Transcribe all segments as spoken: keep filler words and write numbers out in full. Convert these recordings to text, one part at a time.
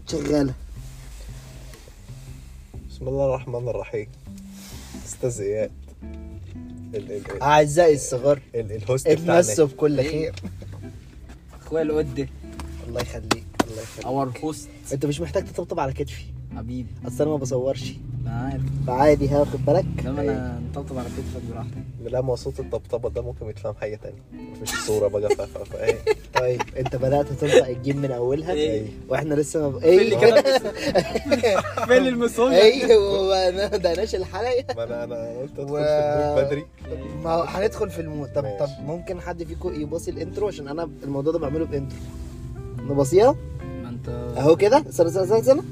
شغاله. بسم الله الرحمن الرحيم. استاذ اياد ال ال اعزائي الصغار ال الهوست بتاعنا اتمسوا بكل خير. اخويا القد الله يخليك الله يخليك. اور هوست انت مش محتاج تطبطب على كتفي حبيبي. اصل انا ما بصورش انا عارف فعادي هاخد بالك. لما انا نطبطب على كتفك براحتك. لا ما صوت الطبطبه ده ممكن يتفهم حاجه تانية مفيش صوره بقى ف ف ف ايه. طيب انت بدات تنطق الجيم من اولها إيه. واحنا لسه ما فين اللي ايه كده فين المسؤول؟ ايوه ما بدأناش الحلقه. ما انا انا قلت ادخل و- في المود بدري. ما هو هندخل في المود. طب ماشي. طب ممكن حد فيكم يباصي الانترو عشان انا الموضوع ده بعمله بانترو. نباصيها ما انت اهو كده. استنى استنى استنى استنى.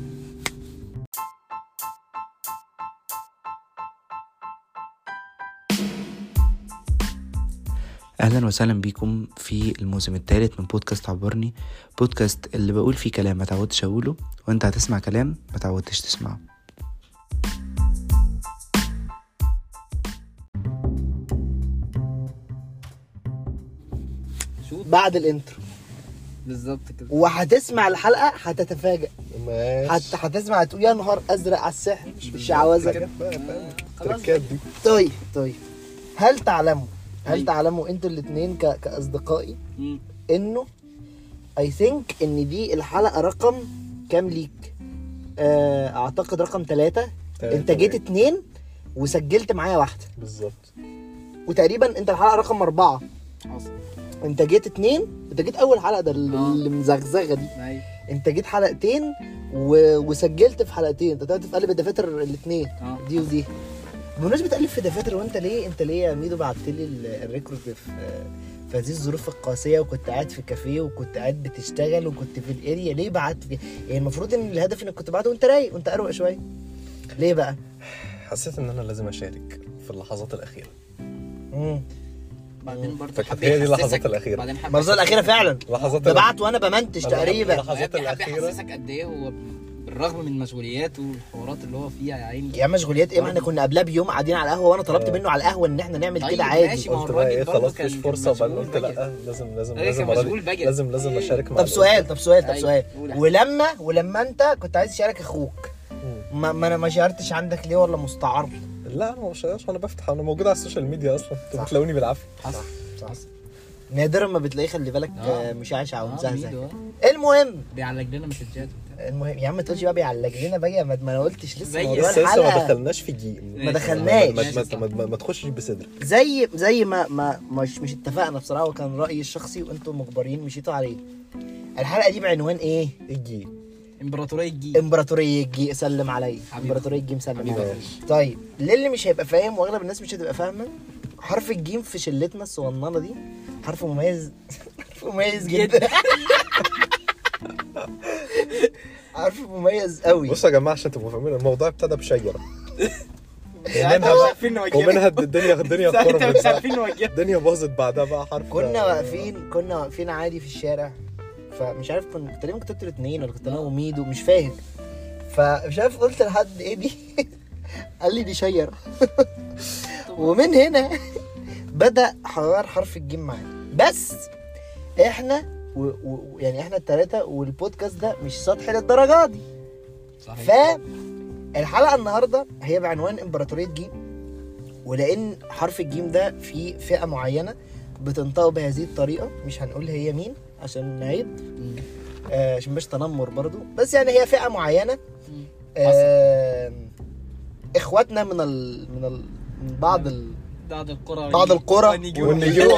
اهلا وسهلا بيكم في الموسم الثالث من بودكاست عبرني، بودكاست اللي بقول فيه كلام ما تعودتش اقوله وانت هتسمع كلام ما تعودتش تسمعه. شوف بعد الانترو بالظبط كده. وهتسمع الحلقه هتتفاجئ. ماشي. حتى هتسمع هتقول يا نهار ازرق على السحر بالشعوذه. حاجات بقى فاهم خلاص. التركات دي. طيب طيب هل تعلموا هل أيوة. تعلموا انتوا الاثنين ك... كاصدقائي مم. انه اي ثينك ان دي الحلقه رقم كام ليك؟ آه، اعتقد رقم ثلاثة. تلاتة. انت جيت اتنين وسجلت معايا واحده، بالظبط. وتقريبا انت الحلقه رقم أربعة. حصل. انت جيت اتنين، انت جيت اول حلقه ده اللي آه. اللي مزغزغه دي. ايوه انت جيت حلقتين و... وسجلت في حلقتين. انت طلعت في قلب الدفاتر الاثنين اه دي ودي. بمناسبة تقلب في دفاتر، وانت ليه انت ليه يا ميدو بعت لي الريكورد في في هذه الظروف القاسية، وكنت قاعد في كافيه وكنت قاعد بتشتغل وكنت في الاريا؟ ليه بعت في... يعني المفروض ان الهدف انك كنت بعته وانت رايق وانت اروق شوية. ليه بقى؟ حسيت ان انا لازم اشارك في اللحظات الاخيره. امم بعدين برضه فكانت حب هي دي يحسسك- اللحظات الأخيرة. بعدين حب المرة الأخيرة فعلا اللحظات ده الأخيرة- بعت وانا بمنتج تقريبا. اللحظات حب الاخيره. يحسسك قد ايه هو بالرغم من مشغولياته والحوارات اللي هو فيها يا عيني. يا مشغوليات ايه؟ ما احنا كنا قبلها بيوم قاعدين على القهوة وانا طلبت آه. منه على القهوة ان احنا نعمل طيب كده عادي. ماشي، ما هو قلت بقى الراجل ايه برضه خلاص كان- مفيش كان فرصه، وبعدين مشغول قلت لا بقى. لازم لازم إيه، لازم كان المرة دي- مشغول بقى. لازم لازم إيه. اشارك مع طب سؤال طب سؤال طب أيوة. سؤال قول. ولما ولما انت كنت عايز تشارك اخوك، مم. ما, ما انا ما شاركتش عندك ليه ولا مستعر؟ لا انا مش انا بفتح، انا موجود على السوشيال ميديا اصلا، انتوا صح. بتلاقوني بالعافيه. حصل صح. نادرا ما بتلاقيه، خلي بالك آه. آه، مشعشع آه، ومزهزه. ميدو، آه. المهم بيعلق لنا مسجات وبتاع. المهم يا عم ما تقولش بقى بيعلق لنا بقى، ما ما انا قلتش لسه زي- موضوع لسه لسه ما الحلقه. دخلناش في جي ما دخلناش. ما, ما, ما, ما, ما تخشش بصدرك. زي زي ما ما مش مش اتفقنا بصراحه، وكان رايي الشخصي وانتم مجبرين مشيتوا عليه. الحلقه دي بعنوان ايه؟ الجي امبراطوريه الجيل. امبراطوريه الجي. سلم عليا. حبيبي. امبراطوريه الجي مسلم حبيبي. عليا. طيب للي مش هيبقى فاهم واغلب الناس مش هتبقى فاهمه، حرف الجيم في شلتنا الصغننه دي حرف مميز حرف مميز جدا. حرف مميز قوي. بصوا يا جماعه عشان تبقوا فاهمين الموضوع ابتدى بشجره ساعتها مش عارفين نوجهها. ومنها الدنيا الدنيا ساعتها مش خربت، عارفين نوجهها. الدنيا باظت بعدها بقى حرف. كنا واقفين كنا واقفين عادي في الشارع، فمش عارف كنت تقريبا كنت انتوا الاثنين ولا كنت انا وميدو مش فاهم، فمش عارف قلت لحد ايه دي قال لي دي شير. ومن هنا بدأ حوار حرف الجيم معانا. بس احنا و... و... يعني احنا الثلاثه والبودكاست ده مش سطحي للدرجه دي. صحيح. فالحلقه النهارده هي بعنوان امبراطوريه جيم، ولان حرف الجيم ده في فئه معينه بتنطق بهذه الطريقه، مش هنقول هي مين عشان نعيب مم. آه، عشان مش تنمر برضو، بس يعني هي فئه معينه. مم. آه، اخواتنا من ال... من ال... من بعض ال... بعض القرى بعض القرى والنجوم. والنجوم.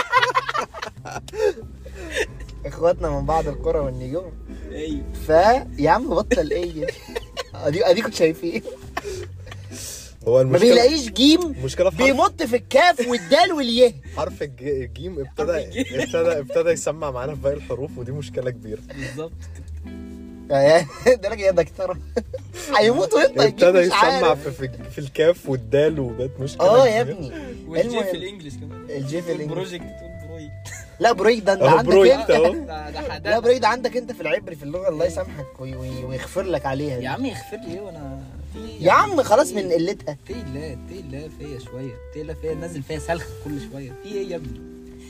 اخواتنا من بعض القرى والنجوم. ايوه فيا عم بطل ايه ادي اديكم شايفين هو ما المشكله بيلاقيش جيم المشكله في حرف بيمط في الكاف والدال واليه. حرف الج- الجيم ابتدى حرف الجيم. ابتدى ابتدى يسمع معانا في باقي الحروف، ودي مشكله كبيره. بالظبط. ده راجل يا دكتوره هيموت وينطق الجيم ابتدى مش يسمع عارف. في, في, في الكاف والدال، وبقت مشكله اه يا كبيرة. ابني والجي المهم. في الانجليش كمان. الجي في الانجليش. بروجكت تقول بروجكت. لا برويك ده انت اهو عندك برويك انت. اهو. ده ده حداد. لا برويك ده عندك انت في العبري في اللغه، الله يسامحك وي- وي- ويغفر لك عليها دي. يا عم يغفر لي ايه وانا في يا عم خلاص من قلتها. في لا في لا فيا شويه في لا فيا نازل فيا سلخ كل شويه في ايه يا ابني.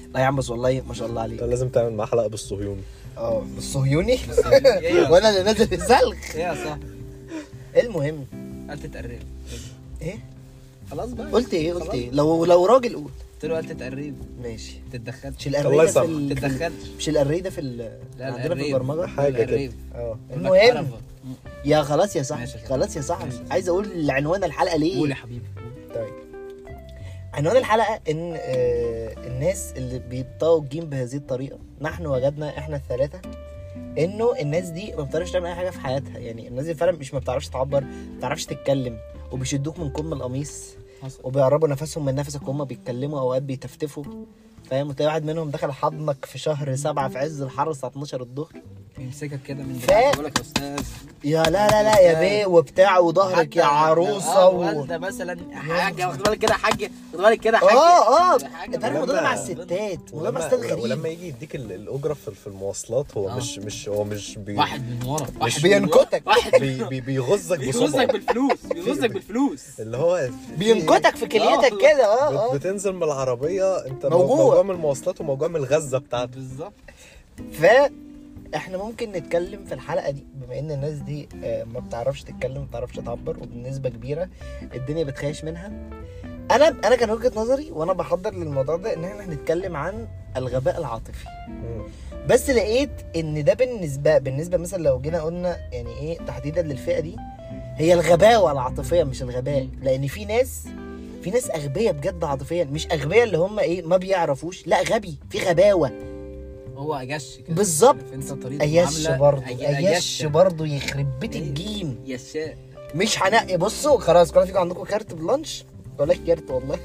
لا يا عم بس والله ما شاء الله عليك. انت لازم تعمل معاه حلقه بالصهيوني. اه بالصهيوني إيه وانا اللي نازل الزلق. ايه يا صاحبي؟ المهم قلت تقرب ايه خلاص بقى. قلت ايه خلاص. قلت ايه لو لو راجل قول قلت له قلت تقرب. ماشي. تتدخلش مش الله القريده في يسامحك. ال... تتدخلش. مش القريده في ال... لا عندنا في القريب. البرمجه حاجة كده. القريب. اه بقول لك المهم عرفة. يا خلاص يا صاحبي ماشي. خلاص يا صاحبي ماشي. عايز اقول عنوان الحلقه ليه. قول يا حبيبي قول. طيب عنوان الحلقه ان آه الناس اللي بيطاقوا الجيم بهذه الطريقه، نحن وجدنا احنا الثلاثه انه الناس دي ما بتعرفش تعمل اي حاجه في حياتها. يعني الناس دي فعلا مش ما بتعرفش تعبر، ما بتعرفش تتكلم، وبيشدوك من كم القميص حصل. وبيقربوا نفسهم من نفسك وهم بيتكلموا، اوقات بيتفتفوا فاهم. وتلاقي واحد منهم دخل حضنك في شهر سبعة في عز الحر الساعه اتناشر الظهر يمسكك كده من ف- دراعك يقول لك يا استاذ يا لا لا لا يا بيه وبتاع وظهرك يا عروسه اه و... والده مثلا حاجه واخد بالك كده حاجه واخد بالك كده حاجه اه اه حاجة انت عارف ولما- الموضوع ده مع الستات، الموضوع مع ولما, الستات غريب. ولما يجي يديك ال- الاجره في في المواصلات هو آه. مش مش هو مش بي واحد من ورا واحد بينكتك. من ورا، واحد بي بي بيغزك بيغزك بصبعه بالفلوس بيغزك بالفلوس اللي هو بينكتك في كليتك آه. كده اه بت- اه بتنزل من العربيه انت موجوع. موجوع من المواصلات وموجوع من الغزه بتاعته. بالظبط. ف احنا ممكن نتكلم في الحلقه دي بما ان الناس دي آه، ما بتعرفش تتكلم، ما بتعرفش تعبر، وبنسبه كبيره الدنيا بتخاش منها. انا انا كان وجهه نظري وانا بحضر للموضوع ده ان احنا هنتكلم عن الغباء العاطفي. مم. بس لقيت ان ده بالنسبه بالنسبه مثلا لو جينا قلنا يعني ايه تحديدا للفئه دي، هي الغباوه العاطفيه مش الغباء. لان في ناس في ناس اغبياء بجد عاطفيا، مش اغبياء اللي هم ايه ما بيعرفوش، لا غبي في غباوه هو اجش كده بالظبط. عارف انت طريقه ايش معاملة- برضه أي- ايش برضه يخرب بيت الجيم. يشاء مش هنقي. بصوا خلاص كل فيكم عندكم كارت بلانش ولا كارت والله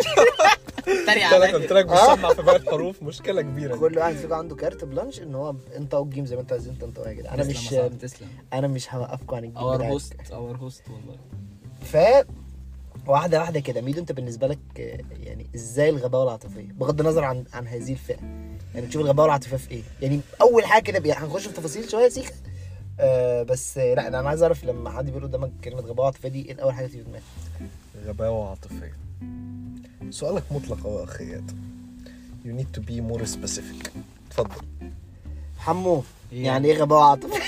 تريق قلت لك عليا قلت لك بتسمع في باقي الحروف مشكله كبيره. كل واحد فيكم عنده كارت بلانش ان هو انت الجيم زي ما انتوا عايزين انتوا يا جدعان. انا تسلم مش يا صاحبي، تسلم انا مش هوقفكم عن الجيم اور بتاعك. هوست اور هوست والله. ف واحده واحده كده ميدو انت بالنسبه لك آه، يعني ازاي الغباوه العاطفيه بغض النظر عن عن هذه الفئه، يعني تشوف الغباوه العاطفيه في ايه؟ يعني اول حاجه كده بي- هنخش في تفاصيل شويه سيكا آه بس آه، لا انا عايز اعرف لما حد بيقول قدامك كلمه غباوه عاطفيه دي ايه اول حاجه تيجي في دماغك؟ غباوه عاطفيه. سؤالك مطلق يا اخي اياد. You need to be more specific. اتفضل. حمو إيه؟ يعني ايه غباوه عاطفيه؟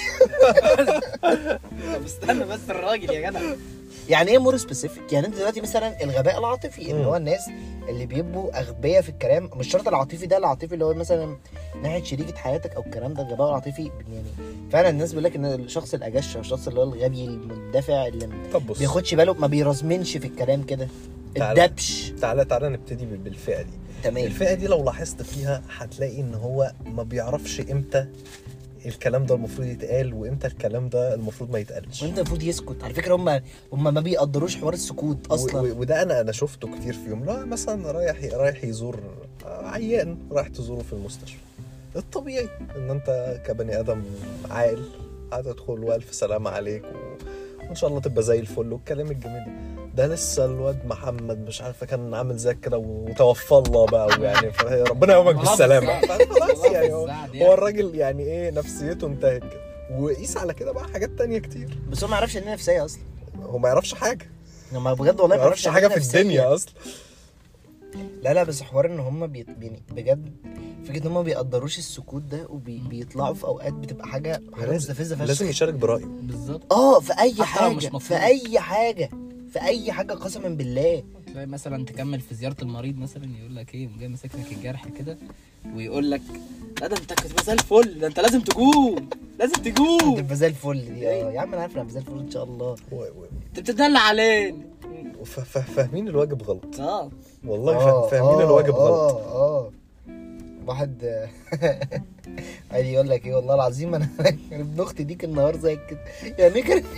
طب استنى بس الراجل يا جدع. يعني ايه مور سبيسيفيك؟ يعني انت دلوقتي مثلا الغباء العاطفي اللي مم. هو الناس اللي بيبقوا اغبياء في الكلام، مش شرط العاطفي ده العاطفي اللي هو مثلا ناحيه شريكه حياتك او الكلام ده. الغباء العاطفي يعني فعلا الناس بيقول لك ان الشخص الاجش او الشخص اللي هو الغبي المندفع اللي ما طب بص بياخدش باله ما بيرزمنش في الكلام كده تعالى. الدبش. تعالى تعالى نبتدي بالفئه دي. تمام. الفئه دي لو لاحظت فيها هتلاقي ان هو ما بيعرفش امتى الكلام ده المفروض يتقال وامتى الكلام ده المفروض ما يتقالش. وانت المفروض يسكت. على فكره هم هم ما بيقدروش حوار السكوت اصلا. و- و- وده انا انا شفته كتير في يوم. لا مثلا رايح رايح يزور عيان، رايح تزوره في المستشفى. الطبيعي ان انت كبني ادم عاقل هتدخل والف سلامه عليك و... وان شاء الله تبقى زي الفل والكلام الجميل ده. ده لسه الواد محمد مش عارفه كان عامل زي كده وتوفى الله بقى ويعني ربنا يومك بالسلامه. خلاص يعني هو, هو الراجل يعني ايه نفسيته انتهت كده. وقيس على كده بقى حاجات تانية كتير. بس هو ما يعرفش ان هي نفسيه اصلا. هو ما يعرفش حاجه. هم بجد والله ما يعرفش حاجه في نفسية. الدنيا اصلا. لا لا بس حوار ان هم بي... يعني بجد فكره ان هم ما بيقدروش السكوت ده وبيطلعوا في اوقات بتبقى حاجه حاجه مستفزه فشخ. لازم يشارك برايه. بالظبط. اه في اي حتى لو مش حاجه مفروض. في اي حاجه في اي حاجه قسما بالله. تلاقي مثلا تكمل في زياره المريض مثلا يقول لك ايه جاي ماسك لك الجرح كده ويقول لك لا ده انت كنت زي الفل، ده انت لازم تقوم لازم تقوم تبقى زي الفل دي. اه يا عم انا عارف انا زي الفل ان شاء الله. و... و... انت بتدلع علينا. وف... ف... فاهمين الواجب غلط اه والله. آه، فا... فاهمين آه، الواجب غلط. اه اه واحد قال يقول لك ايه والله العظيم انا ابن اختي ديك النهار زي كده. يعني ايه كان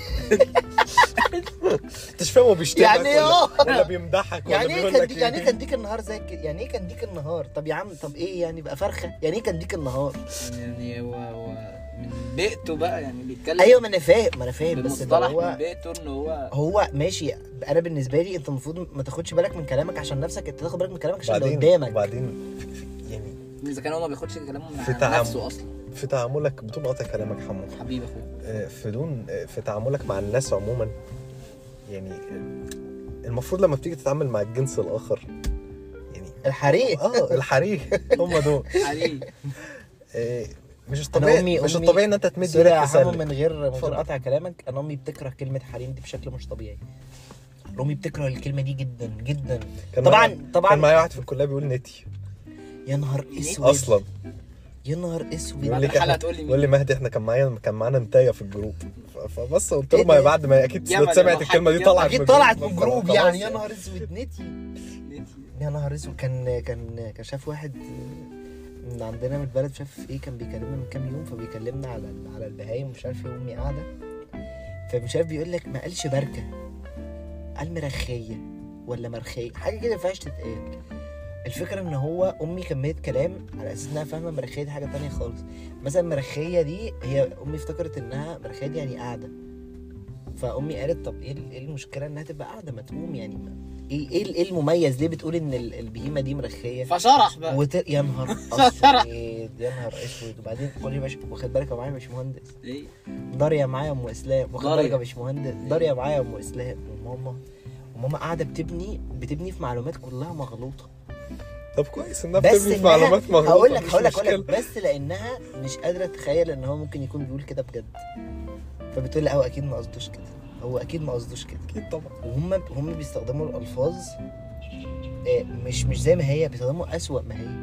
انت مش فاهم هو بيشتمك يعني ايه ولا, اه ولا بيمدحك ولا يعني ايه بيقول كان لك ديك يعني ايه كان ديك النهار زي كده؟ يعني ايه كان ديك النهار؟ طب يا عم طب ايه يعني بقى فرخه؟ يعني ايه كان ديك النهار؟ يعني هو هو من بيئته بقى يعني بيتكلم ايوه ما انا فاهم ما انا فاهم بس ده بمصطلح من هو بيئته ان هو هو ماشي. انا بالنسبه لي انت المفروض ما تاخدش بالك من كلامك عشان نفسك، انت تاخد بالك من كلامك عشان اللي بعدين قدامك. وبعدين في... في... يعني اذا كان هو ما بياخدش كلامه من في عن تعامل. نفسه اصلا. في تعاملك بدون قطع كلامك حمو، حبيبي اخويا آه، في دون آه، في تعاملك مع الناس عموما، يعني المفروض لما بتيجي تتعامل مع الجنس الاخر يعني الحريق. اه الحريق هم دول. عليه. إيه، مش أنا الطبيعي أمي- مش أمي- الطبيعي ان انت تمد سوري يا ايدك حمو تسلم. من غير من غير اتفضل. قطع كلامك. انا امي بتكره كلمه حريم دي بشكل مش طبيعي. امي بتكره الكلمه دي جدا جدا. كان طبعا معايا- طبعا كان معايا واحد في الكليه بيقول نتي يا نهار اسود اصلا. يا نهار اسود. يقول بعد لي الحلقة كان تقول لي مين؟ يقول لي مهدي احنا كان معايا كان معانا نتايه في الجروب. ف- فبس قلت له إيه ما ده؟ بعد ما اكيد ياما سمعت لو الكلمه حد- دي طلعت اكيد من طلعت الجروب. من جروب خلاص يعني. يا نهار اسود نتي. نتي. يا نهار اسود. كان كان كان شاف واحد من عندنا من البلد شاف ايه كان بيكلمنا من كام يوم فبيكلمنا على ال- على البهايم مش عارف ايه. امي قاعده فمش عارف بيقول لك ما قالش بركه قال مرخيه ولا مرخيه حاجه كده ما ينفعش تتقال. الفكره ان هو امي كملت كلام على اساس انها فاهمه مرخيه دي حاجه تانية خالص. مثلا مرخيه دي هي امي افتكرت انها مرخيه دي يعني قاعده. فامي قالت طب ايه ال- ايه المشكله انها تبقى قاعده ما تقوم يعني ما ايه ايه ايه المميز ليه بتقول ان ال- البهيمه دي مرخيه فشرح بقى. وت... يا نهار اسود يا نهار اسود. وبعدين تقول لي باش واخد بالك يا معايا يا باشمهندس ايه؟ داريا معايا ام اسلام واخد داريا. بالك يا باشمهندس داريا معايا ام اسلام وماما وماما قاعده بتبني بتبني في معلومات كلها مغلوطه. طب كويس انها بس بتبني في إنها- معلومات مغلوطه. هقول لك مش هقول لك هقول مشكلة. لك بس لانها مش قادره تتخيل ان هو ممكن يكون بيقول كده بجد. فبتقول لي هو اكيد ما قصدوش كده هو اكيد ما قصدوش كده. اكيد طبعا. وهم هم بيستخدموا الالفاظ آه، مش مش زي ما هي بيستخدموا اسوأ ما هي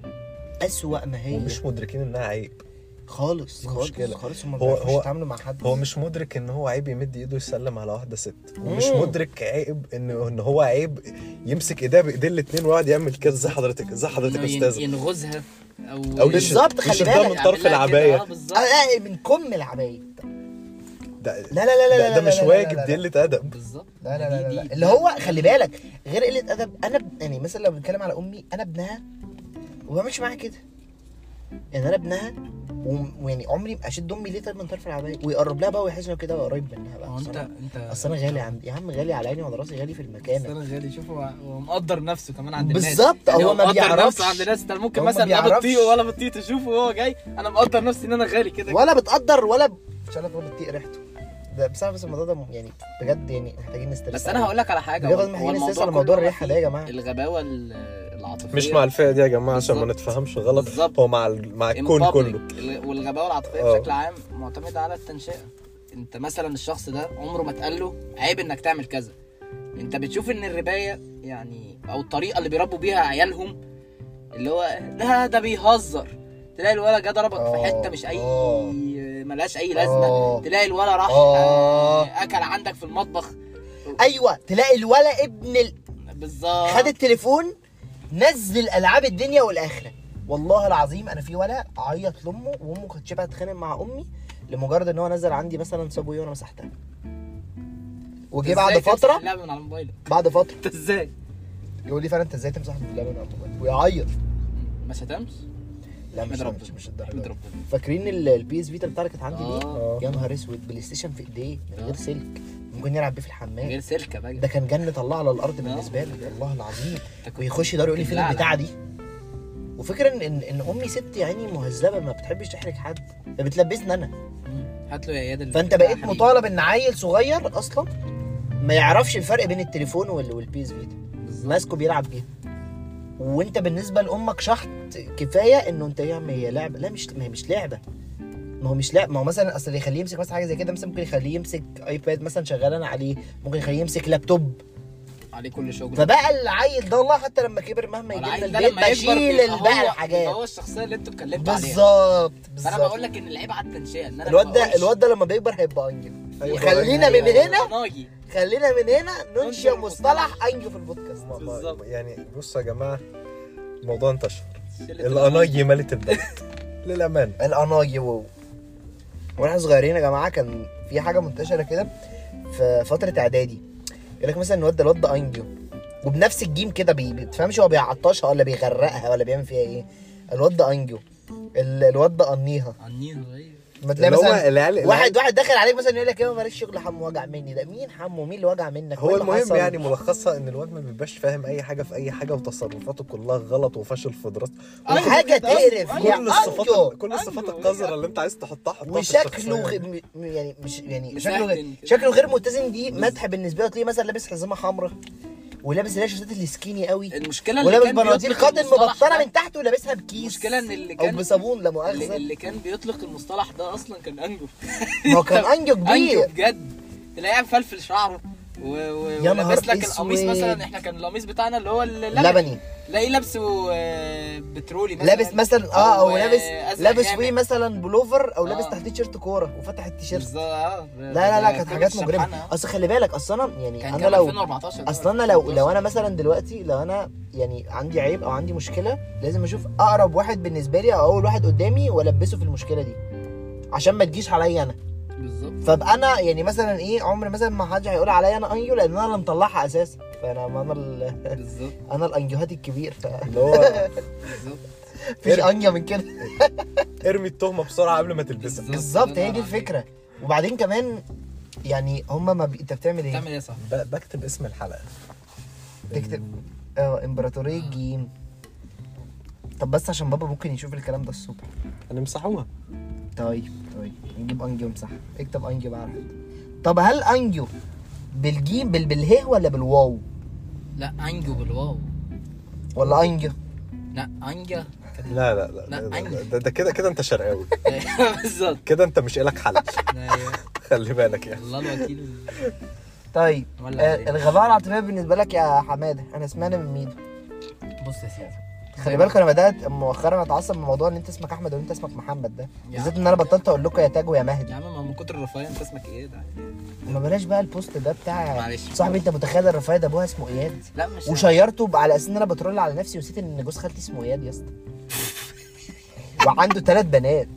اسوأ ما هي ومش مدركين انها عيب. خالص دي خالص مشكلة. خالص. هم ما هو- بيعرفوش هو- يتعاملوا مع حد. هو مش مدرك ان هو عيب يمد ايده يسلم على واحده ست. ومش مم. مدرك عيب ان ان هو عيب يمسك ايديه بايدين الاثنين ويقعد يعمل كده زي حضرتك زي حضرتك يا إنه ين- استاذه. ينغزها او او بالظبط، يشد- خلي يشدها بالك. من طرف يعمل لها العبايه. كده، اه آه، بالظبط. لا من كم العباية. ده لا لا لا لا ده, لا ده لا مش لا لا واجب، لا دي لا. قله ادب. بالظبط. لا لا دي- لا, دي- لا. دي- اللي هو خلي بالك غير قله ادب. انا ب... يعني مثلا لو بنتكلم على امي انا ابنها وما بعملش معاها كده. يعني انا ابنها و- ويعني عمري ما اشد امي ليه طيب من طرف العبايه ويقرب لها بقى ويحس انه كده قريب منها بقى. هو انت أصل أنا- انت اصل انا غالي عند يا عم غالي على عيني وعلى راسي غالي في بس المكان. انا غالي. شوف هو هو مقدر نفسه كمان عند الناس. بالظبط، يعني هو ما مقدر بيعرفش. نفسه عند الناس. انت ممكن هو ما مثلا لا بيعرفش. بتطيقه ولا بتطيق تشوفه وهو جاي. انا مقدر نفسي ان انا غالي كده. ولا بتقدر ولا ب... مش عارف ولا بتطيق ريحته. ده بسبب بس الموضوع ده يعني بجد يعني محتاجين نستريس. بس انا هقول لك على حاجه. بجد هو- محتاجين هو نستريس على كله موضوع هو الريحه فيه ده يا جماعه. الغباوه ال- العاطفيه. مش مع الفئه دي يا جماعه عشان ما بالظبط. نتفهمش غلط. بالظبط. هو مع ال- مع in الكون public. كله. ال- والغباوه العاطفيه اه. بشكل عام معتمده على التنشئه. انت مثلا الشخص ده عمره ما اتقال له عيب انك تعمل كذا. انت بتشوف ان الربايه يعني او الطريقه اللي بيربوا بيها عيالهم اللي هو ده ده بيهزر. تلاقي الولد جه ضربك في اه. حته مش اي اه. ملهاش اي لازمه. اه. تلاقي الولد راح اه. آه، اكل عندك في المطبخ. ايوه تلاقي الولا ابن ال... بالظبط. خد التليفون نزل العاب الدنيا والاخره. والله العظيم انا في ولا عيط لامه وامه كانت شبه تتخانق مع امي لمجرد ان هو نزل عندي مثلا سابوي وانا مسحتها. وجي بعد إزاي تمسح فتره اللعبه من على موبايلك؟ بعد فتره انت ازاي يقول لي فعلا انت ازاي تمسح اللعبه من على الموبايل ويعيط. ما شتمش؟ لا مش احمد مش, ربنا. مش الدرجه احمد دي. ربنا. فاكرين البي اس فيتا بتاعتي كانت عندي دي؟ اه. يا نهار اسود بلاي ستيشن في ايديه من غير اه. سلك ممكن يلعب بيه في الحمام. غير سلكه بقى. ده كان جنة الله على الارض بالنسبه لي والله العظيم. انت كنت- ويخش دار يقول لي فين لا، لا. البتاعه دي. وفكره ان ان إن امي ست يعني مهذبه ما بتحبش تحرج حد فبتلبسني انا. هات له يا اياد اللي فانت بتاع بقيت حبيبي. مطالب ان عيل صغير اصلا ما يعرفش الفرق بين التليفون وال- والبي اس فيتا ماسكه بيلعب بيها. وانت بالنسبه لامك شحط كفايه انه انت يا عم هي لعبه. لا مش ما هي مش لعبه. ما هو مش لعبه. ما هو مثلا اصل اللي يخليه يمسك مثلا حاجه زي كده مثلا ممكن يخليه يمسك ايباد مثلا شغال انا عليه ممكن يخليه يمسك لابتوب. عليه كل شغل. فبقى العيل ده والله حتى لما كبر مهما يجي لنا العيل ده البيت لما يكبر بشيل بيبقى الباقي هو- الحاجات. بيبقى هو الشخصيه اللي انتوا اتكلمتوا عليها. بالظبط فانا بالظبط. بقول لك ان العيب على التنشئه ان انا الواد ما ده بقولش- الواد ده لما بيكبر هيبقى انجل. أيوة. خلينا من أيوة. هنا ناجي. خلينا من هنا ننشئ ننشئ مصطلح انجل في البودكاست. ما- ما- بالظبط. يعني بصوا يا جماعه الموضوع انتشر. شلة الاناجي ملت البلد للامانه. الاناجي واو. واحنا صغيرين يا جماعه كان في حاجه منتشره كده في فتره اعدادي يقول لك مثلا الواد ده الواد ده انجل وبنفس الجيم كده بي- بتفهمش هو بيعطشها ولا بيغرقها ولا بيعمل فيها ايه. الواد ده انجل ال- الواد ده انيها. عنيها ايوه. ما تلاقي اللي هو مثلا العيال واحد واحد داخل عليك مثلا يقول لك ايه ماليش شغل حمو وجع مني. ده مين حمو مين اللي وجع منك؟ هو وإيه اللي المهم حصل؟ يعني ملخصها ان الواد ما بيبقاش فاهم اي حاجه في اي حاجه وتصرفاته كلها غلط وفشل في دراسته. وحاجه تقرف كل يا الصفات أنجو. كل الصفات أنجو. القذره اللي انت عايز تحطها حطها في وشكله الشخصية. غ... م- يعني مش يعني مش شكله غ... مهتم كده. شكله غير متزن. دي مدح بالنسبه له. تلاقيه مثلا لابس حزمه حمراء ولابس اللي هي الشورتات السكيني قوي، المشكله اللي ولابس كان بناطيل بيطلق قطن المصطلح مبطنه ده- من تحت ولابسها بكيس، المشكله ان اللي او كان بصابون لا اللي, مؤاخذه. اللي كان بيطلق المصطلح ده اصلا كان انجو. ما هو كان انجو انجو كبير. بجد، تلاقيه مفلفل شعره و... و... يا نهار ولابس لك القميص اسود. مثلا. احنا كان القميص بتاعنا اللي هو اللبني، لبني تلاقيه لابسه آه، بترولي مثلا، لابس مثلا اه او آه، لابس أزرق لابس غامق. فيه مثلا بلوفر او لابس آه. تحتيه تيشيرت كوره وفتح التيشيرت. بالظبط. آه، لا لا لا ده كانت كل حاجات الشبحانة. مجرمه. اصل خلي بالك اصل انا يعني كان انا كان لو ألفين وأربعتاشر ده اصل انا لو لو انا مثلا دلوقتي لو انا يعني عندي عيب او عندي مشكله لازم اشوف اقرب واحد بالنسبه لي او اول واحد قدامي والبسه في المشكله دي عشان ما تجيش عليا انا. بالظبط. فابقى انا يعني مثلا ايه عمر مثلا ما حد هيقول عليا انا انجو لان انا اللي مطلعها اساسا. فانا ما انا ال... بالظبط. انا الانجوهات الكبير ف اللي هو بالظبط. مفيش انجو من كده. ارمي التهمه بسرعه قبل ما تلبسها. بالظبط هي دي الفكره. وبعدين كمان يعني هما ما بي... انت بتعمل ايه؟ بتعمل ايه صح؟ ب- بكتب اسم الحلقه. تكتب اه امبراطوريه جيم. طب بس عشان بابا ممكن يشوف الكلام ده الصبح. هنمسحوها. طيب طيب نجيب انجو امسح. اكتب انجو بقى على حته. طب هل انجو بالجيم بال بالهي ولا بالواو لا انجو بالواو. ولا انجو؟ لا انجا. لا لا لا, لا، لا, أنجو. لا ده, ده كده كده انت شرقاوي. بالظبط. كده انت مش إلك حل. ايوه خلي بالك يعني. الله الوكيل. طيب ولا آه عليك. الغباء العاطفيه بالنسبه لك يا حماده انا سمعنا من ميدو. بص يا سيدي، خلي بالك انا بدات مؤخرا اتعصب من موضوع ان انت اسمك احمد وانت اسمك محمد ده يا بالذات عم. ان انا بطلت اقول لكم يا تاج ويا مهدي. يا عم ما من كتر الرفاهيه انت اسمك ايه ده؟ ما بلاش بقى البوست ده بتاع معلش. صاحبي. انت متخيل الرفاية ده ابوها اسمه اياد لا مش وشيرته على اساس ان انا بترول على نفسي ونسيت ان جوز خالتي اسمه اياد يا اسطى وعنده ثلاث بنات.